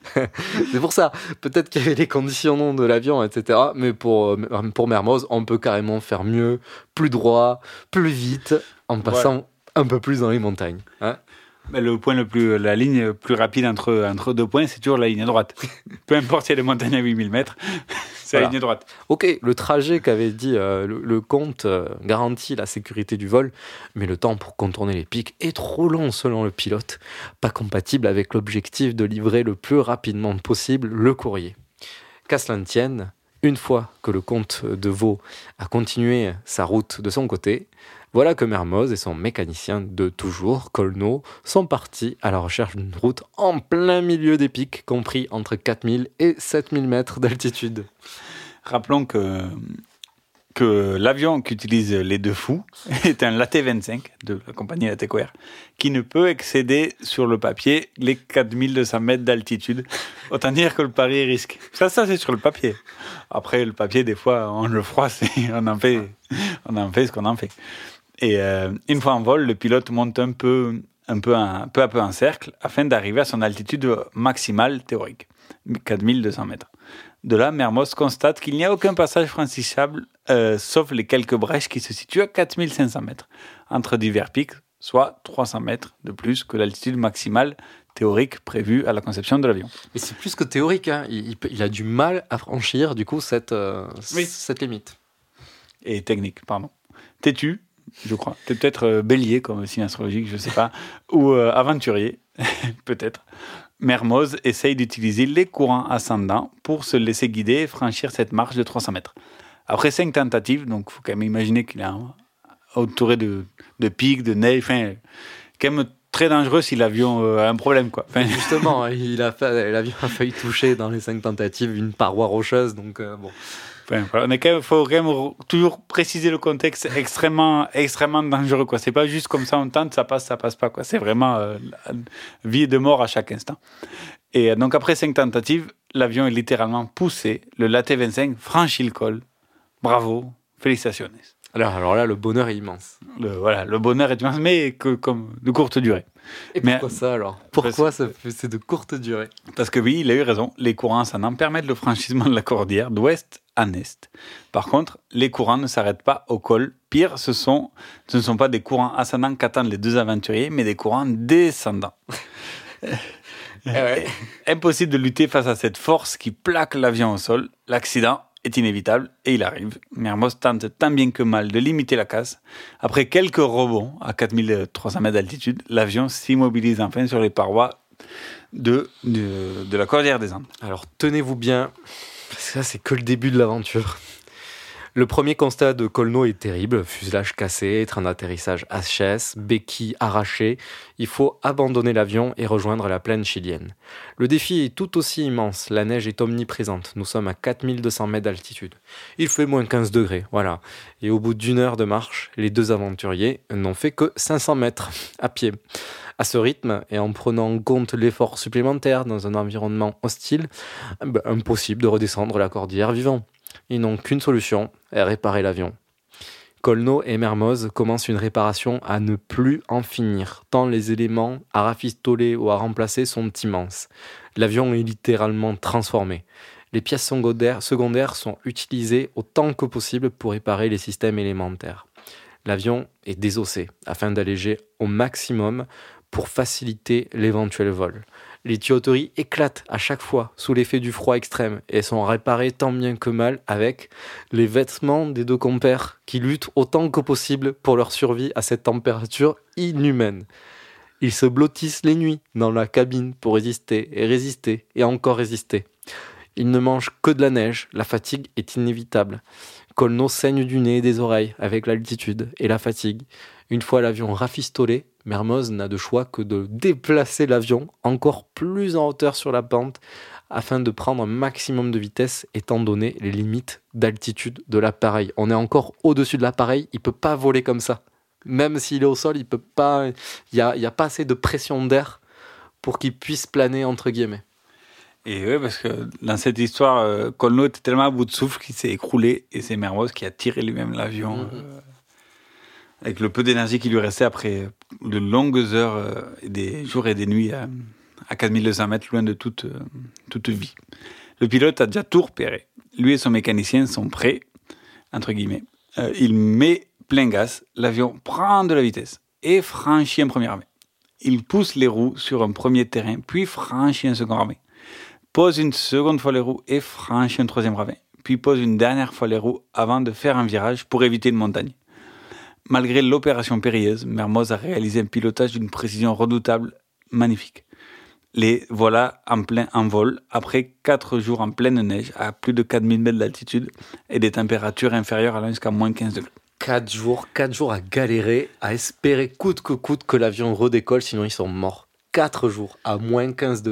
C'est pour ça, peut-être qu'il y avait les conditions de l'avion, et cetera. Mais pour, pour Mermoz, on peut carrément faire mieux, plus droit, plus vite, en passant ouais. un peu plus dans les montagnes. Hein. Mais le point le plus, la ligne plus rapide entre, entre deux points, c'est toujours la ligne droite. Peu importe s'il y a des montagnes à huit mille mètres, c'est voilà. La ligne droite. Ok, le trajet qu'avait dit euh, le, le comte euh, garantit la sécurité du vol, mais le temps pour contourner les pics est trop long selon le pilote, pas compatible avec l'objectif de livrer le plus rapidement possible le courrier. Qu'à cela ne tienne, une fois que le comte de Vaud a continué sa route de son côté, voilà que Mermoz et son mécanicien de toujours, Colno, sont partis à la recherche d'une route en plein milieu des pics, compris entre quatre mille et sept mille mètres d'altitude. Rappelons que, que que l'avion qu'utilisent les deux fous est un L A T vingt-cinq de la compagnie Latécoère qui ne peut excéder sur le papier les quatre mille deux cents mètres d'altitude. Autant dire que le pari est risque. Ça, ça c'est sur le papier. Après, le papier, des fois, on le froisse et on en fait, on en fait ce qu'on en fait. Et euh, une fois en vol, le pilote monte un peu, un peu, un, peu à peu en cercle afin d'arriver à son altitude maximale théorique, quatre mille deux cents mètres. De là, Mermoz constate qu'il n'y a aucun passage franchissable, euh, sauf les quelques brèches qui se situent à quatre mille cinq cents mètres, entre divers pics, soit trois cents mètres de plus que l'altitude maximale théorique prévue à la conception de l'avion. Mais c'est plus que théorique, hein. il, il, il a du mal à franchir du coup cette, euh, oui. cette limite. Et technique, pardon. Têtu, je crois. T'es peut-être euh, bélier comme signe astrologique, je ne sais pas, ou euh, aventurier, peut-être. Mermoz essaye d'utiliser les courants ascendants pour se laisser guider et franchir cette marche de trois cents mètres. Après cinq tentatives, donc il faut quand même imaginer qu'il est entouré de, de pics, de neige, enfin, quand même très dangereux si l'avion a un problème, quoi. Enfin, justement, il a fait, l'avion a failli toucher dans les cinq tentatives une paroi rocheuse, donc euh, bon. Enfin, voilà, on est quand même, faut quand même toujours préciser le contexte extrêmement, extrêmement dangereux, quoi. C'est pas juste comme ça on tente, ça passe, ça passe pas, quoi. C'est vraiment euh, vie et de mort à chaque instant. Et donc après cinq tentatives, l'avion est littéralement poussé. Le L A T vingt-cinq franchit le col. Bravo, félicitations. Alors, alors là, le bonheur est immense. Le, voilà, le bonheur est immense, mais que, comme de courte durée. Et pourquoi mais, ça alors Pourquoi ça, c'est de courte durée? Parce que oui, il a eu raison. Les courants ascendants permettent le franchissement de la cordillère d'ouest à est. Par contre, les courants ne s'arrêtent pas au col. Pire, ce, sont, ce ne sont pas des courants ascendants qu'attendent les deux aventuriers, mais des courants descendants. ouais. Impossible de lutter face à cette force qui plaque l'avion au sol. L'accident est inévitable et il arrive. Mermoz tente tant bien que mal de limiter la casse. Après quelques rebonds à quatre mille trois cents mètres d'altitude, l'avion s'immobilise enfin sur les parois de, de, de la cordillère des Andes. Alors tenez-vous bien, parce que ça c'est que le début de l'aventure. Le premier constat de Colno est terrible, fuselage cassé, train d'atterrissage H S, béquilles arrachées. Il faut abandonner l'avion et rejoindre la plaine chilienne. Le défi est tout aussi immense, la neige est omniprésente. Nous sommes à quatre mille deux cents mètres d'altitude. Il fait moins quinze degrés, voilà. Et au bout d'une heure de marche, les deux aventuriers n'ont fait que cinq cents mètres à pied. À ce rythme, et en prenant en compte l'effort supplémentaire dans un environnement hostile, ben, impossible de redescendre la cordillère vivant. Ils n'ont qu'une solution, réparer l'avion. Colno et Mermoz commencent une réparation à ne plus en finir, tant les éléments à rafistoler ou à remplacer sont immenses. L'avion est littéralement transformé. Les pièces secondaires, secondaires sont utilisées autant que possible pour réparer les systèmes élémentaires. L'avion est désossé afin d'alléger au maximum pour faciliter l'éventuel vol. Les tuyauteries éclatent à chaque fois sous l'effet du froid extrême et sont réparées tant bien que mal avec les vêtements des deux compères qui luttent autant que possible pour leur survie à cette température inhumaine. Ils se blottissent les nuits dans la cabine pour résister et résister et encore résister. Ils ne mangent que de la neige, la fatigue est inévitable. Colno saigne du nez et des oreilles avec l'altitude et la fatigue. Une fois l'avion rafistolé, Mermoz n'a de choix que de déplacer l'avion encore plus en hauteur sur la pente afin de prendre un maximum de vitesse étant donné les limites d'altitude de l'appareil. On est encore au-dessus de l'appareil, il ne peut pas voler comme ça. Même s'il est au sol, il peut pas, il n'y a, y a pas assez de pression d'air pour qu'il puisse planer entre guillemets. Et oui, parce que dans cette histoire, euh, Colno était tellement à bout de souffle qu'il s'est écroulé et c'est Mermoz qui a tiré lui-même l'avion. Mm-hmm. euh, avec le peu d'énergie qui lui restait après de longues heures, euh, des jours et des nuits à, à quatre mille deux cents mètres, loin de toute, euh, toute vie. Le pilote a déjà tout repéré. Lui et son mécanicien sont prêts, entre guillemets. Euh, il met plein gaz, l'avion prend de la vitesse et franchit un premier ravin. Il pousse les roues sur un premier terrain, puis franchit un second ravin. Pose une seconde fois les roues et franchit un troisième ravin. Puis pose une dernière fois les roues avant de faire un virage pour éviter une montagne. Malgré l'opération périlleuse, Mermoz a réalisé un pilotage d'une précision redoutable, magnifique. Les voilà en plein envol, après quatre jours en pleine neige, à plus de quatre mille mètres d'altitude, et des températures inférieures allant jusqu'à moins quinze degrés. quatre jours, quatre jours à galérer, à espérer coûte que coûte que l'avion redécolle, sinon ils sont morts. quatre jours à moins quinze degrés.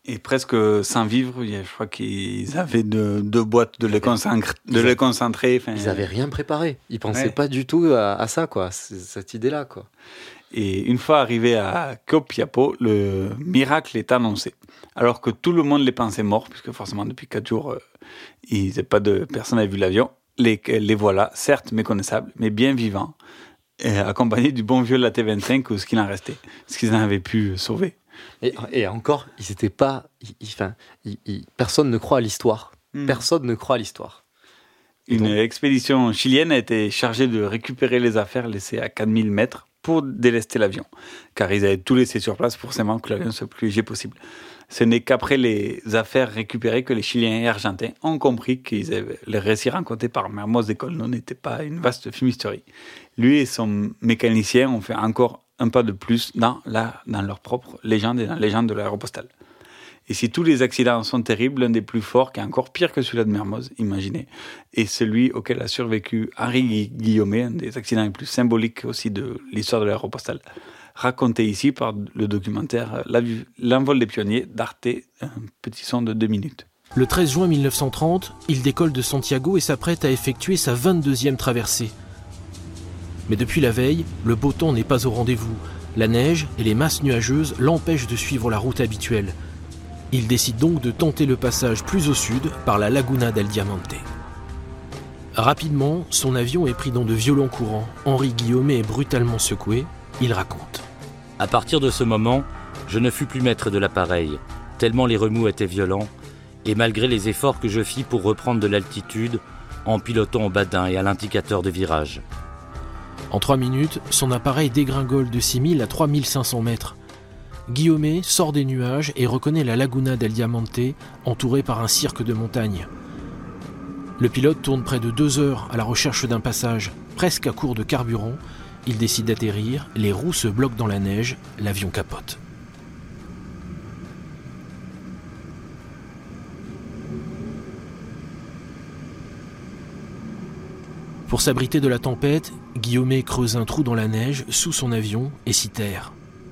Et presque sans vivre, je crois qu'ils avaient deux, deux boîtes de lait concentré. De lait concentré Ils n'avaient rien préparé. Ils ne pensaient Ouais. pas du tout à, à ça, quoi. C'est cette idée-là, quoi. Et une fois arrivé à Copiapo, le miracle est annoncé. Alors que tout le monde les pensait morts, puisque forcément depuis quatre jours, euh, ils n'avaient pas de personne n'avait vu l'avion. Les, les voilà, certes méconnaissables, mais bien vivants, et accompagnés du bon vieux Laté vingt-cinq ou ce qu'il en restait, ce qu'ils en avaient pu sauver. Et, et encore, ils étaient pas. Ils, ils, enfin, ils, ils, personne ne croit à l'histoire. Mm. Personne ne croit à l'histoire. Une expédition chilienne a été chargée de récupérer les affaires laissées à quatre mille mètres pour délester l'avion, car ils avaient tout laissé sur place forcément que l'avion soit le plus léger possible. Ce n'est qu'après les affaires récupérées que les Chiliens et Argentins ont compris que les récits racontés par Mermoz de Colno n'étaient pas une vaste fumisterie. Lui et son mécanicien ont fait encore un pas de plus dans, la, dans leur propre légende et dans la légende de l'aéropostale. Et si tous les accidents sont terribles, l'un des plus forts, qui est encore pire que celui-là de Mermoz, imaginez, est celui auquel a survécu Henri Guillaumet, un des accidents les plus symboliques aussi de l'histoire de l'aéropostale, raconté ici par le documentaire L'envol des pionniers d'Arte, un petit son de deux minutes. Le treize juin mille neuf cent trente, il décolle de Santiago et s'apprête à effectuer sa vingt-deuxième traversée. Mais depuis la veille, le beau temps n'est pas au rendez-vous. La neige et les masses nuageuses l'empêchent de suivre la route habituelle. Il décide donc de tenter le passage plus au sud par la Laguna del Diamante. Rapidement, son avion est pris dans de violents courants. Henri Guillaumet est brutalement secoué. Il raconte. À partir de ce moment, je ne fus plus maître de l'appareil, tellement les remous étaient violents, et malgré les efforts que je fis pour reprendre de l'altitude, en pilotant au badin et à l'indicateur de virage. En trois minutes, son appareil dégringole de six mille à trois mille cinq cents mètres. Guillaumet sort des nuages et reconnaît la Laguna del Diamante, entourée par un cirque de montagnes. Le pilote tourne près de deux heures à la recherche d'un passage. Presque à court de carburant, il décide d'atterrir, les roues se bloquent dans la neige, l'avion capote. Pour s'abriter de la tempête, Guillaumet creuse un trou dans la neige sous son avion et s'y terre.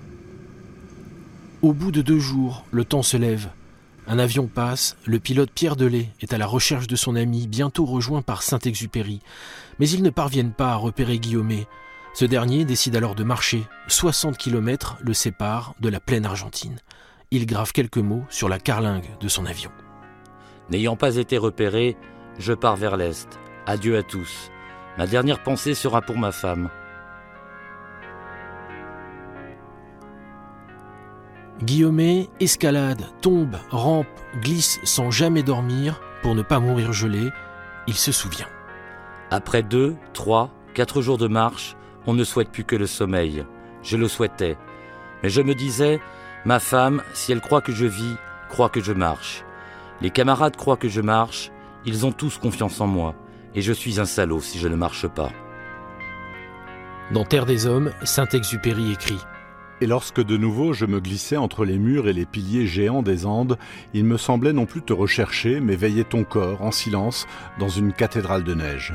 Au bout de deux jours, le temps se lève. Un avion passe, le pilote Pierre Delay est à la recherche de son ami, bientôt rejoint par Saint-Exupéry. Mais ils ne parviennent pas à repérer Guillaumet. Ce dernier décide alors de marcher. soixante kilomètres le séparent de la plaine argentine. Il grave quelques mots sur la carlingue de son avion. N'ayant pas été repéré, je pars vers l'est. Adieu à tous. Ma dernière pensée sera pour ma femme. Guillaumet escalade, tombe, rampe, glisse sans jamais dormir pour ne pas mourir gelé. Il se souvient. Après deux, trois, quatre jours de marche, on ne souhaite plus que le sommeil. Je le souhaitais. Mais je me disais, ma femme, si elle croit que je vis, croit que je marche. Les camarades croient que je marche, ils ont tous confiance en moi. Et je suis un salaud si je ne marche pas. Dans Terre des Hommes, Saint-Exupéry écrit. Et lorsque de nouveau je me glissais entre les murs et les piliers géants des Andes, il me semblait non plus te rechercher, mais veiller ton corps, en silence, dans une cathédrale de neige.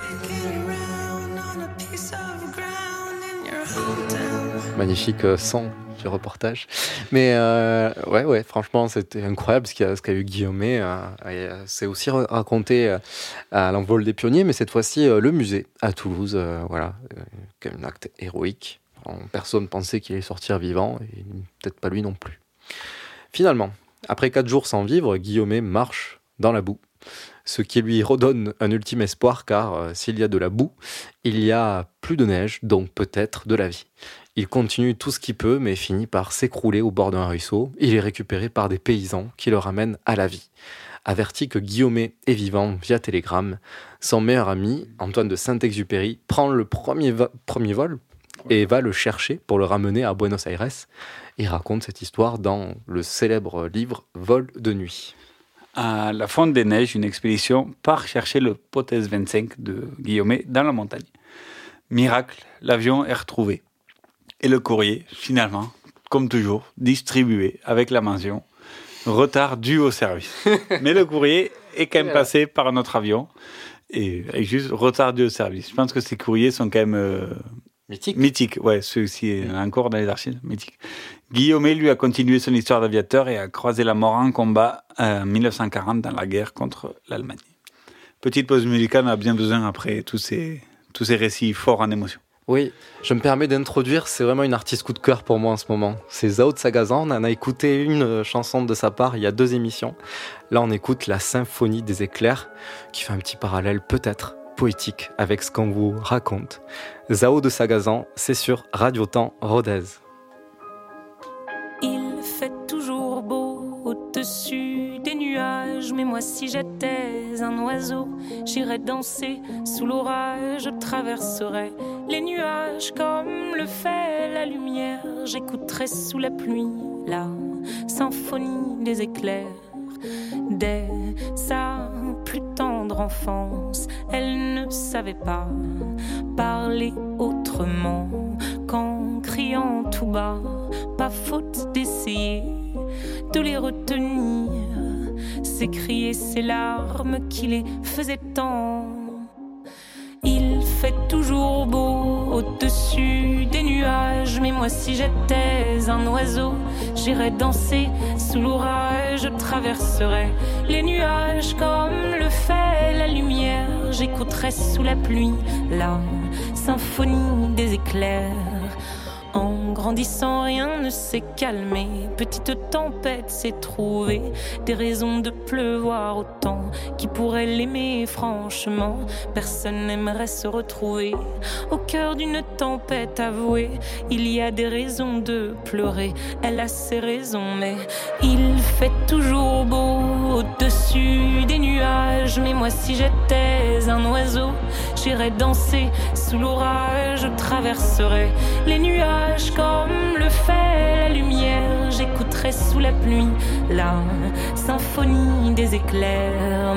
Magnifique euh, son du reportage. Mais euh, ouais, ouais, franchement, c'était incroyable ce qu'a, ce qu'a eu Guillaumet. Euh, euh, c'est aussi raconté euh, à l'envol des pionniers, mais cette fois-ci, euh, le musée à Toulouse. Euh, voilà, euh, un acte héroïque. Personne pensait qu'il allait sortir vivant, et peut-être pas lui non plus. Finalement, après quatre jours sans vivre, Guillaumet marche dans la boue, ce qui lui redonne un ultime espoir, car euh, s'il y a de la boue, il y a plus de neige, donc peut-être de la vie. Il continue tout ce qu'il peut, mais finit par s'écrouler au bord d'un ruisseau. Il est récupéré par des paysans qui le ramènent à la vie. Averti que Guillaumet est vivant via télégramme, son meilleur ami, Antoine de Saint-Exupéry, prend le premier, vo- premier vol et va le chercher pour le ramener à Buenos Aires. Il raconte cette histoire dans le célèbre livre Vol de nuit. À la Fonte des Neiges, une expédition part chercher le Potes vingt-cinq de Guillaumet dans la montagne. Miracle, l'avion est retrouvé. Et le courrier, finalement, comme toujours, distribué avec la mention « Retard dû au service ». Mais le courrier est quand même passé par notre avion et, et juste « Retard dû au service ». Je pense que ces courriers sont quand même... Euh, Mythique. Mythique, ouais, ceux-ci, encore dans les archives, mythiques. Guillaume, lui, a continué son histoire d'aviateur et a croisé la mort en combat en dix-neuf cent quarante dans la guerre contre l'Allemagne. Petite pause musicale, on a bien besoin après tous ces, tous ces récits forts en émotion. Oui, je me permets d'introduire, c'est vraiment une artiste coup de cœur pour moi en ce moment. C'est Zao de Sagazan, on en a écouté une chanson de sa part il y a deux émissions. Là on écoute la symphonie des éclairs, qui fait un petit parallèle peut-être poétique avec ce qu'on vous raconte. Zao de Sagazan, c'est sur Radio Temps Rodez. Il fait toujours beau au-dessus des nuages, mais moi si j'étais un oiseau, j'irais danser sous l'orage, je traverserais les nuages comme le fait la lumière, j'écouterais sous la pluie la symphonie des éclairs. Dès sa plus tendre enfance, elle ne savait pas parler autrement qu'en criant tout bas. Pas faute d'essayer de les retenir, s'écrier ces larmes qui les faisaient tant. Il fait toujours beau au-dessus des nuages, mais moi si j'étais un oiseau, j'irais danser sous l'orage, je traverserais les nuages comme le fait la lumière, j'écouterais sous la pluie la symphonie des éclairs. En grandissant, rien ne s'est calmé. Petite tempête s'est trouvée des raisons de pleuvoir autant. Qui pourrait l'aimer franchement? Personne n'aimerait se retrouver au cœur d'une tempête avouée. Il y a des raisons de pleurer, elle a ses raisons, mais il fait toujours beau au-dessus des nuages. Mais moi si j'étais un oiseau, j'irais danser sous l'orage, je traverserais les nuages comme le fait la lumière, j'écouterai sous la pluie la symphonie des éclairs.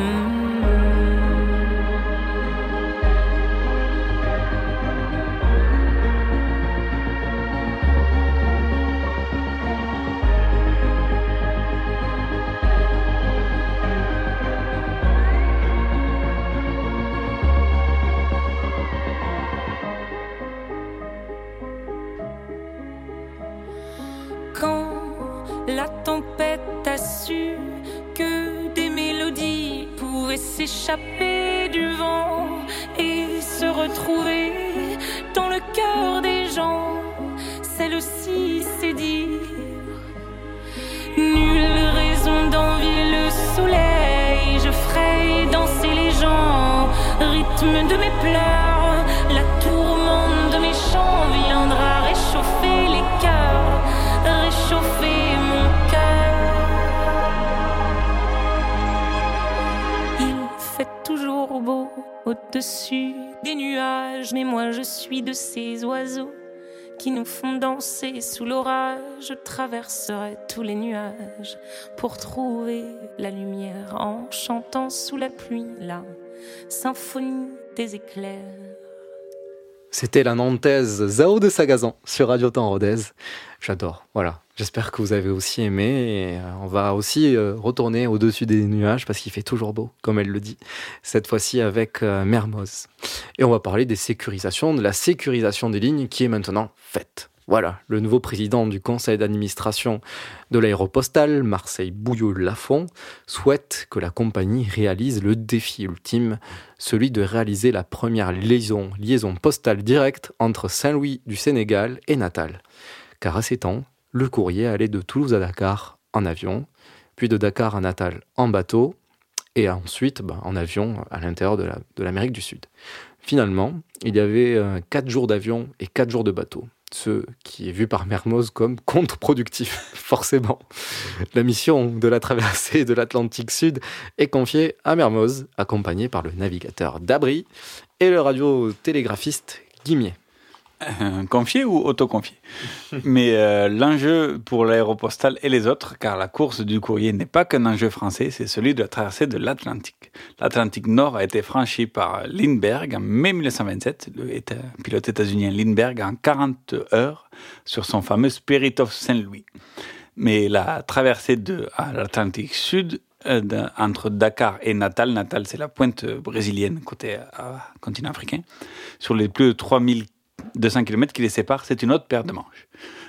La tempête a su que des mélodies pouvaient s'échapper du vent et se retrouver dans le cœur des gens. Celle-ci c'est dire nulle raison d'envier le soleil. Je ferai danser les gens, rythme de mes pleurs. La tourmente de mes chants viendra réchauffer les cœurs, réchauffer mon cœur. Il fait toujours beau au-dessus des nuages, mais moi je suis de ces oiseaux qui nous font danser sous l'orage. Je traverserai tous les nuages pour trouver la lumière en chantant sous la pluie la symphonie des éclairs. C'était la Nantaise Zao de Sagazan sur Radio Temps Rodez. J'adore, voilà. J'espère que vous avez aussi aimé. Et on va aussi retourner au-dessus des nuages parce qu'il fait toujours beau, comme elle le dit. Cette fois-ci avec Mermoz. Et on va parler des sécurisations, de la sécurisation des lignes qui est maintenant faite. Voilà, le nouveau président du conseil d'administration de l'Aéropostale, Marcel Bouillot-Lafont, souhaite que la compagnie réalise le défi ultime, celui de réaliser la première liaison, liaison postale directe entre Saint-Louis du Sénégal et Natal. Car à ces temps, le courrier allait de Toulouse à Dakar en avion, puis de Dakar à Natal en bateau, et ensuite ben, en avion à l'intérieur de, la, de l'Amérique du Sud. Finalement, il y avait euh, quatre jours d'avion et quatre jours de bateau. Ce qui est vu par Mermoz comme contre-productif, forcément. La mission de la traversée de l'Atlantique Sud est confiée à Mermoz, accompagné par le navigateur Dabri et le radiotélégraphiste Guimier. Euh, confié ou autoconfié. Mais euh, l'enjeu pour l'Aéropostale et les autres, car la course du courrier n'est pas qu'un enjeu français, c'est celui de la traversée de l'Atlantique. L'Atlantique Nord a été franchi par Lindbergh en mai dix-neuf cent vingt-sept, le pilote états-unien Lindbergh, en quarante heures sur son fameux Spirit of Saint-Louis. Mais la traversée de à l'Atlantique Sud, euh, entre Dakar et Natal, Natal c'est la pointe brésilienne côté euh, continent africain, sur les plus de trois mille deux cents kilomètres qui les séparent, c'est une autre paire de manches.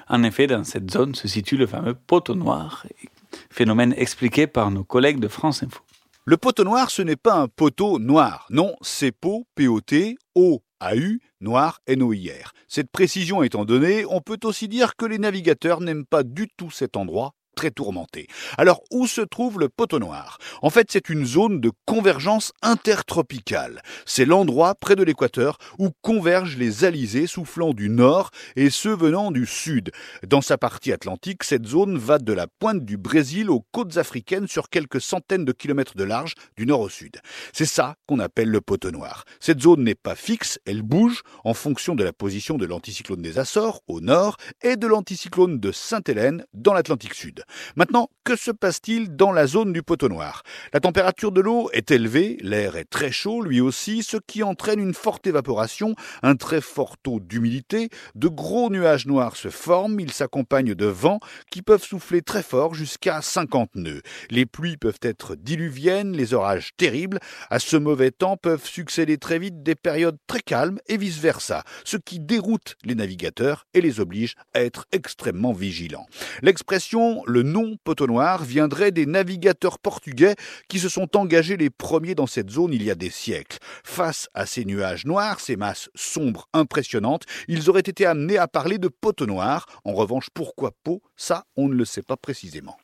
En effet, dans cette zone se situe le fameux poteau noir, phénomène expliqué par nos collègues de France Info. Le poteau noir, ce n'est pas un poteau noir. Non, c'est pot, P O T, O A U, noir, N O I R. Cette précision étant donnée, on peut aussi dire que les navigateurs n'aiment pas du tout cet endroit très tourmenté. Alors, où se trouve le poteau noir ? En fait, c'est une zone de convergence intertropicale. C'est l'endroit près de l'équateur où convergent les alizés soufflant du nord et ceux venant du sud. Dans sa partie atlantique, cette zone va de la pointe du Brésil aux côtes africaines sur quelques centaines de kilomètres de large du nord au sud. C'est ça qu'on appelle le poteau noir. Cette zone n'est pas fixe, elle bouge en fonction de la position de l'anticyclone des Açores au nord et de l'anticyclone de Sainte-Hélène dans l'Atlantique sud. Maintenant, que se passe-t-il dans la zone du poteau noir ? La température de l'eau est élevée, l'air est très chaud lui aussi, ce qui entraîne une forte évaporation, un très fort taux d'humidité, de gros nuages noirs se forment, ils s'accompagnent de vents qui peuvent souffler très fort jusqu'à cinquante nœuds. Les pluies peuvent être diluviennes, les orages terribles. À ce mauvais temps peuvent succéder très vite des périodes très calmes et vice-versa, ce qui déroute les navigateurs et les oblige à être extrêmement vigilants. L'expression « le nom poteau noir » viendrait des navigateurs portugais qui se sont engagés les premiers dans cette zone il y a des siècles. Face à ces nuages noirs, ces masses sombres impressionnantes, ils auraient été amenés à parler de poteau noir. En revanche, pourquoi peau ? Ça, on ne le sait pas précisément.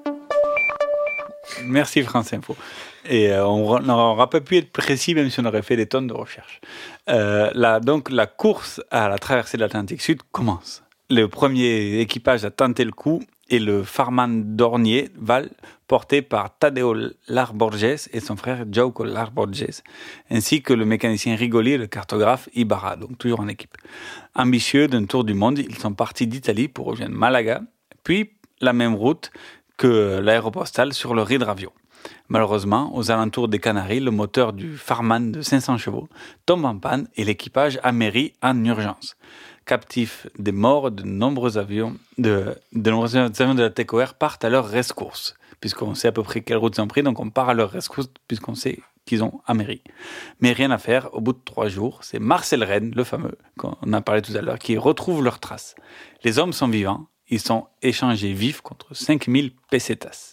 Merci France Info. Et euh, on n'aurait pas pu être précis même si on aurait fait des tonnes de recherches. Euh, là, donc la course à la traversée de l'Atlantique Sud commence. Le premier équipage a tenté le coup et le Farman Dornier Val, porté par Tadeo Larborges et son frère Jauco Larborges, ainsi que le mécanicien Rigoli et le cartographe Ibarra, donc toujours en équipe. Ambitieux d'un tour du monde, ils sont partis d'Italie pour rejoindre Malaga, puis la même route que l'aéropostale sur leur hydravion. Malheureusement, aux alentours des Canaries, le moteur du Farman de cinq cents chevaux tombe en panne et l'équipage amérit en urgence. Captifs des morts, de nombreux avions de, de nombreux avions de la T C O R partent à leur rescousse, puisqu'on sait à peu près quelle route ils ont pris, donc on part à leur rescousse puisqu'on sait qu'ils ont améri. Mais rien à faire, au bout de trois jours, c'est Marcel Rennes, le fameux, qu'on a parlé tout à l'heure, qui retrouve leurs traces. Les hommes sont vivants, ils sont échangés vifs contre cinq mille pesetas.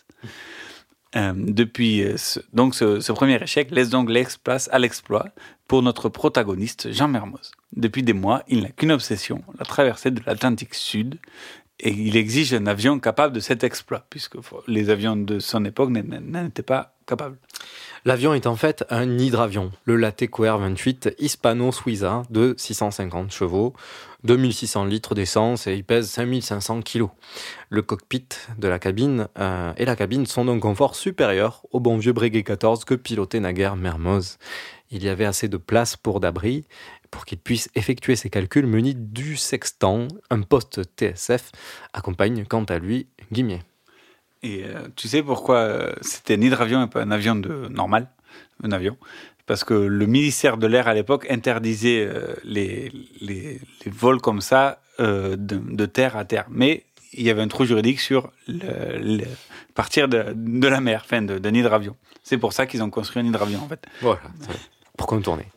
Euh, depuis ce, donc ce, ce premier échec laisse donc place à l'exploit pour notre protagoniste Jean Mermoz. Depuis des mois, il n'a qu'une obsession, la traversée de l'Atlantique Sud, et il exige un avion capable de cet exploit, puisque les avions de son époque n'en étaient pas capables. L'avion est en fait un hydravion, le Latéco R vingt-huit Hispano-Suiza de six cent cinquante chevaux, deux mille six cents litres d'essence et il pèse cinq mille cinq cents kilos. Le cockpit de la cabine euh, et la cabine sont d'un confort supérieur au bon vieux Breguet quatorze que pilotait naguère Mermoz. Il y avait assez de place pour d'abri pour qu'il puisse effectuer ses calculs munis du sextant. Un poste T S F accompagne quant à lui Guimier. Et euh, tu sais pourquoi euh, c'était un hydravion et pas un avion de normal, un avion ? Parce que le ministère de l'Air à l'époque interdisait euh, les, les, les vols comme ça euh, de, de terre à terre. Mais il y avait un trou juridique sur le, le partir de, de la mer, enfin de, d'un hydravion. C'est pour ça qu'ils ont construit un hydravion en fait. Voilà, pour contourner.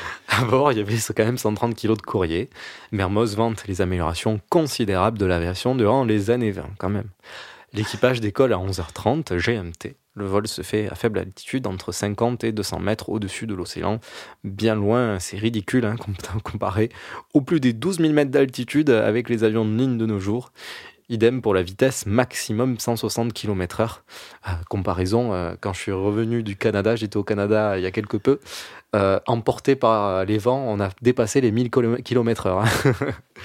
À bord, il y avait quand même cent trente kilos de courrier. Mermoz vante les améliorations considérables de l'aviation durant les années vingt quand même. L'équipage décolle à onze heures trente, G M T. Le vol se fait à faible altitude, entre cinquante et deux cents mètres au-dessus de l'océan. Bien loin, c'est ridicule hein, comparé aux plus des douze mille mètres d'altitude avec les avions de ligne de nos jours. Idem pour la vitesse maximum cent soixante kilomètres heure. Euh, comparaison, euh, quand je suis revenu du Canada, j'étais au Canada il y a quelque peu, euh, emporté par les vents, on a dépassé les mille kilomètres heure. Hein.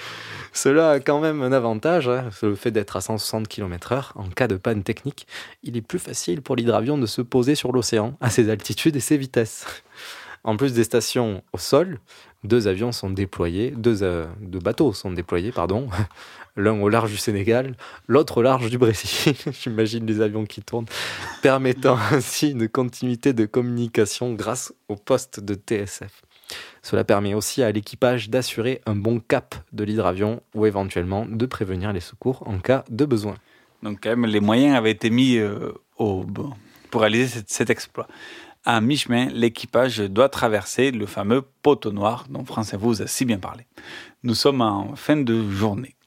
Cela a quand même un avantage, hein, le fait d'être à cent soixante kilomètres heure. En cas de panne technique, il est plus facile pour l'hydravion de se poser sur l'océan, à ses altitudes et ses vitesses. En plus des stations au sol, deux avions sont déployés, deux, euh, deux bateaux sont déployés, pardon. L'un au large du Sénégal, l'autre au large du Brésil. J'imagine les avions qui tournent, permettant ainsi une continuité de communication grâce au poste de T S F. Cela permet aussi à l'équipage d'assurer un bon cap de l'hydravion ou éventuellement de prévenir les secours en cas de besoin. Donc quand même, les moyens avaient été mis euh, au, pour réaliser cet, cet exploit. À mi-chemin, l'équipage doit traverser le fameux poteau noir dont France Info vous a si bien parlé. Nous sommes en fin de journée.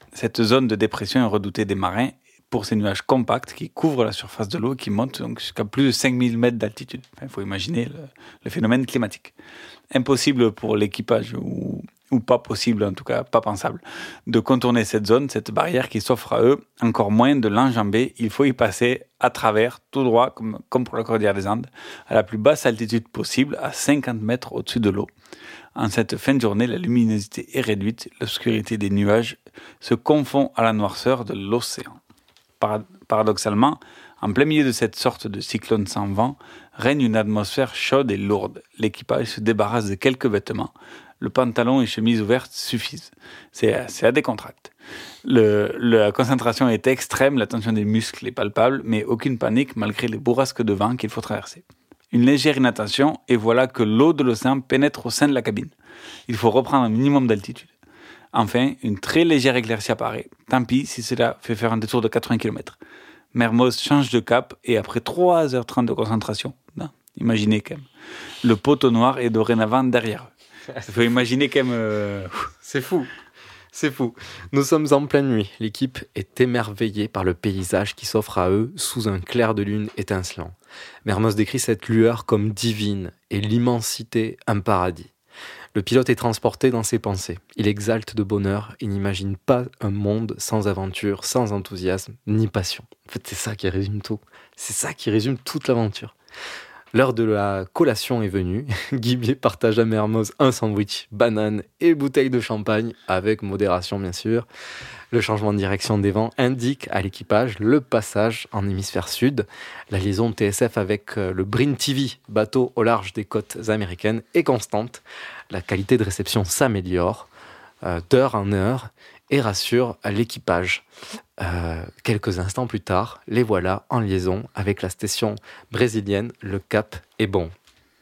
Cette zone de dépression est redoutée des marins pour ces nuages compacts qui couvrent la surface de l'eau et qui montent donc jusqu'à plus de cinq mille mètres d'altitude. Il enfin, faut imaginer le, le phénomène climatique. Impossible pour l'équipage, ou, ou pas possible, en tout cas pas pensable, de contourner cette zone, cette barrière qui s'offre à eux, encore moins de l'enjamber. Il faut y passer à travers, tout droit, comme, comme pour la cordillère des Andes, à la plus basse altitude possible, à cinquante mètres au-dessus de l'eau. En cette fin de journée, la luminosité est réduite, l'obscurité des nuages se confond à la noirceur de l'océan. Paradoxalement, en plein milieu de cette sorte de cyclone sans vent, règne une atmosphère chaude et lourde. L'équipage se débarrasse de quelques vêtements. Le pantalon et chemise ouvertes suffisent. C'est, c'est à décontracter. Le, la concentration est extrême, la tension des muscles est palpable, mais aucune panique malgré les bourrasques de vent qu'il faut traverser. Une légère inattention, et voilà que l'eau de l'océan pénètre au sein de la cabine. Il faut reprendre un minimum d'altitude. Enfin, une très légère éclaircie apparaît. Tant pis si cela fait faire un détour de quatre-vingts kilomètres. Mermoz change de cap et après trois heures trente de concentration, non, imaginez quand même, le poteau noir est dorénavant derrière eux. Il faut imaginer quand même... Euh... C'est fou, c'est fou. Nous sommes en pleine nuit. L'équipe est émerveillée par le paysage qui s'offre à eux sous un clair de lune étincelant. Mermoz décrit cette lueur comme divine et l'immensité un paradis. Le pilote est transporté dans ses pensées. Il exalte de bonheur et n'imagine pas un monde sans aventure, sans enthousiasme, ni passion. En fait, c'est ça qui résume tout. C'est ça qui résume toute l'aventure. L'heure de la collation est venue. Gibier partage à Mermoz un sandwich, banane et bouteille de champagne, avec modération bien sûr. Le changement de direction des vents indique à l'équipage le passage en hémisphère sud. La liaison T S F avec le Brin T V, bateau au large des côtes américaines, est constante. La qualité de réception s'améliore euh, d'heure en heure et rassure l'équipage. Euh, quelques instants plus tard, les voilà en liaison avec la station brésilienne. Le cap est bon.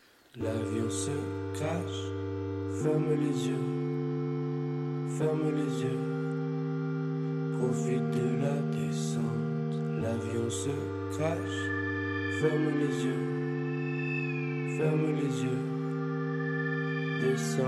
L'avion se crache, ferme les yeux, ferme les yeux. Profite de la descente. L'avion se crache. Ferme les yeux. Ferme les yeux. Descends,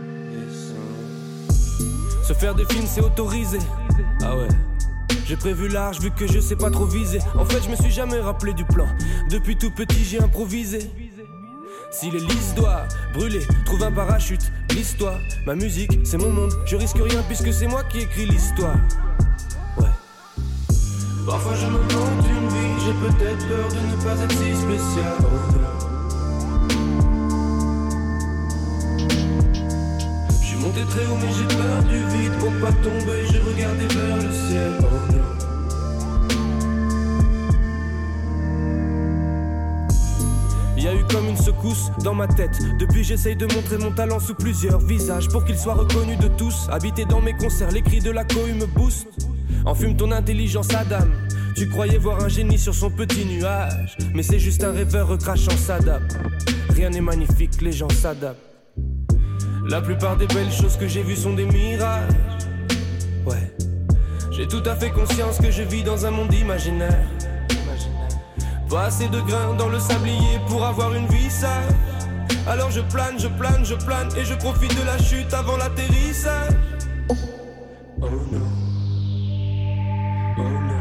descends. Se faire des films, c'est autorisé. Ah ouais. J'ai prévu large vu que je sais pas trop viser. En fait, je me suis jamais rappelé du plan. Depuis tout petit, j'ai improvisé. Si l'hélice doit brûler, trouve un parachute, glisse-toi. Ma musique, c'est mon monde. Je risque rien puisque c'est moi qui écris l'histoire. Parfois je me monte une vie, j'ai peut-être peur de ne pas être si spécial. Je suis monté très haut mais j'ai peur du vide. Pour pas tomber, j'ai regardé vers le ciel. Il y a eu comme une secousse dans ma tête. Depuis j'essaye de montrer mon talent sous plusieurs visages pour qu'il soit reconnu de tous. Habité dans mes concerts, les cris de la cohue me boostent. Enfume ton intelligence, Adam. Tu croyais voir un génie sur son petit nuage, mais c'est juste un rêveur recrachant s'adapte. Rien n'est magnifique, les gens s'adaptent. La plupart des belles choses que j'ai vues sont des mirages. Ouais, j'ai tout à fait conscience que je vis dans un monde imaginaire. Pas assez de grains dans le sablier pour avoir une vie sage. Alors je plane, je plane, je plane et je profite de la chute avant l'atterrissage. Oh, oh non. Oh non,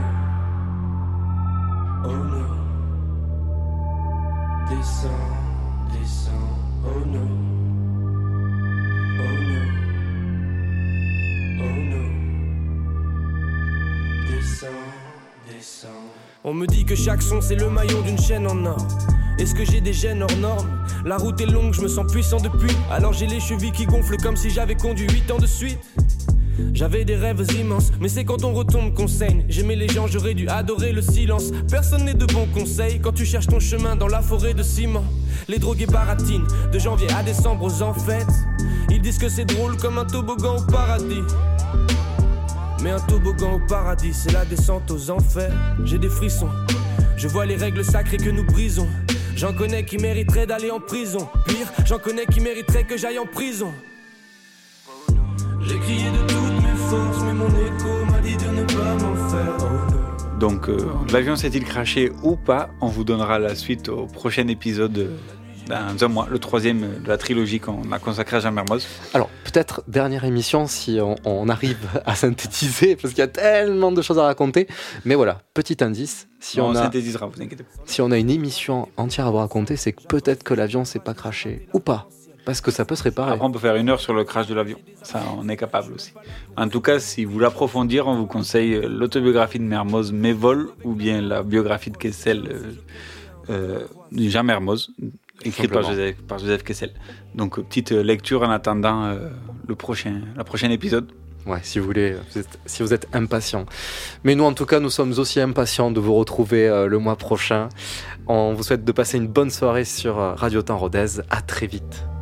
oh non, descends, descends, oh non, oh non, oh non, descends, descends. On me dit que chaque son c'est le maillon d'une chaîne en or. Est-ce que j'ai des gènes hors normes? La route est longue, je me sens puissant depuis. Alors j'ai les chevilles qui gonflent comme si j'avais conduit huit ans de suite. J'avais des rêves immenses, mais c'est quand on retombe qu'on saigne. J'aimais les gens, j'aurais dû adorer le silence. Personne n'est de bons conseils quand tu cherches ton chemin dans la forêt de ciment. Les drogués baratinent, de janvier à décembre aux enfêtes. Ils disent que c'est drôle comme un toboggan au paradis. Mais un toboggan au paradis, c'est la descente aux enfers. J'ai des frissons, je vois les règles sacrées que nous brisons. J'en connais qui mériteraient d'aller en prison. Pire, j'en connais qui mériteraient que j'aille en prison. J'ai crié de toutes mes forces, mais mon écho m'a dit de ne pas m'en faire. Donc, euh, l'avion s'est-il crashé ou pas? On vous donnera la suite au prochain épisode dans un mois, le troisième de la trilogie qu'on a consacrée à Jean Mermoz. Alors, peut-être dernière émission si on, on arrive à synthétiser, parce qu'il y a tellement de choses à raconter. Mais voilà, petit indice. Si on, on, on a, synthétisera, vous inquiétez pas. Si on a une émission entière à vous raconter, c'est que peut-être que l'avion s'est pas crashé. Ou pas. Parce que ça peut se réparer. Après, on peut faire une heure sur le crash de l'avion. Ça, on est capable aussi. En tout cas, si vous voulez approfondir, on vous conseille l'autobiographie de Mermoz, Mes vols, ou bien la biographie de Kessel, euh, euh, de Jean Mermoz, écrite par Joseph, par Joseph Kessel. Donc, petite lecture en attendant euh, le prochain, la prochaine épisode. Ouais, si vous voulez, vous êtes, si vous êtes impatient. Mais nous, en tout cas, nous sommes aussi impatients de vous retrouver euh, le mois prochain. On vous souhaite de passer une bonne soirée sur Radio Temps Rodez. À très vite.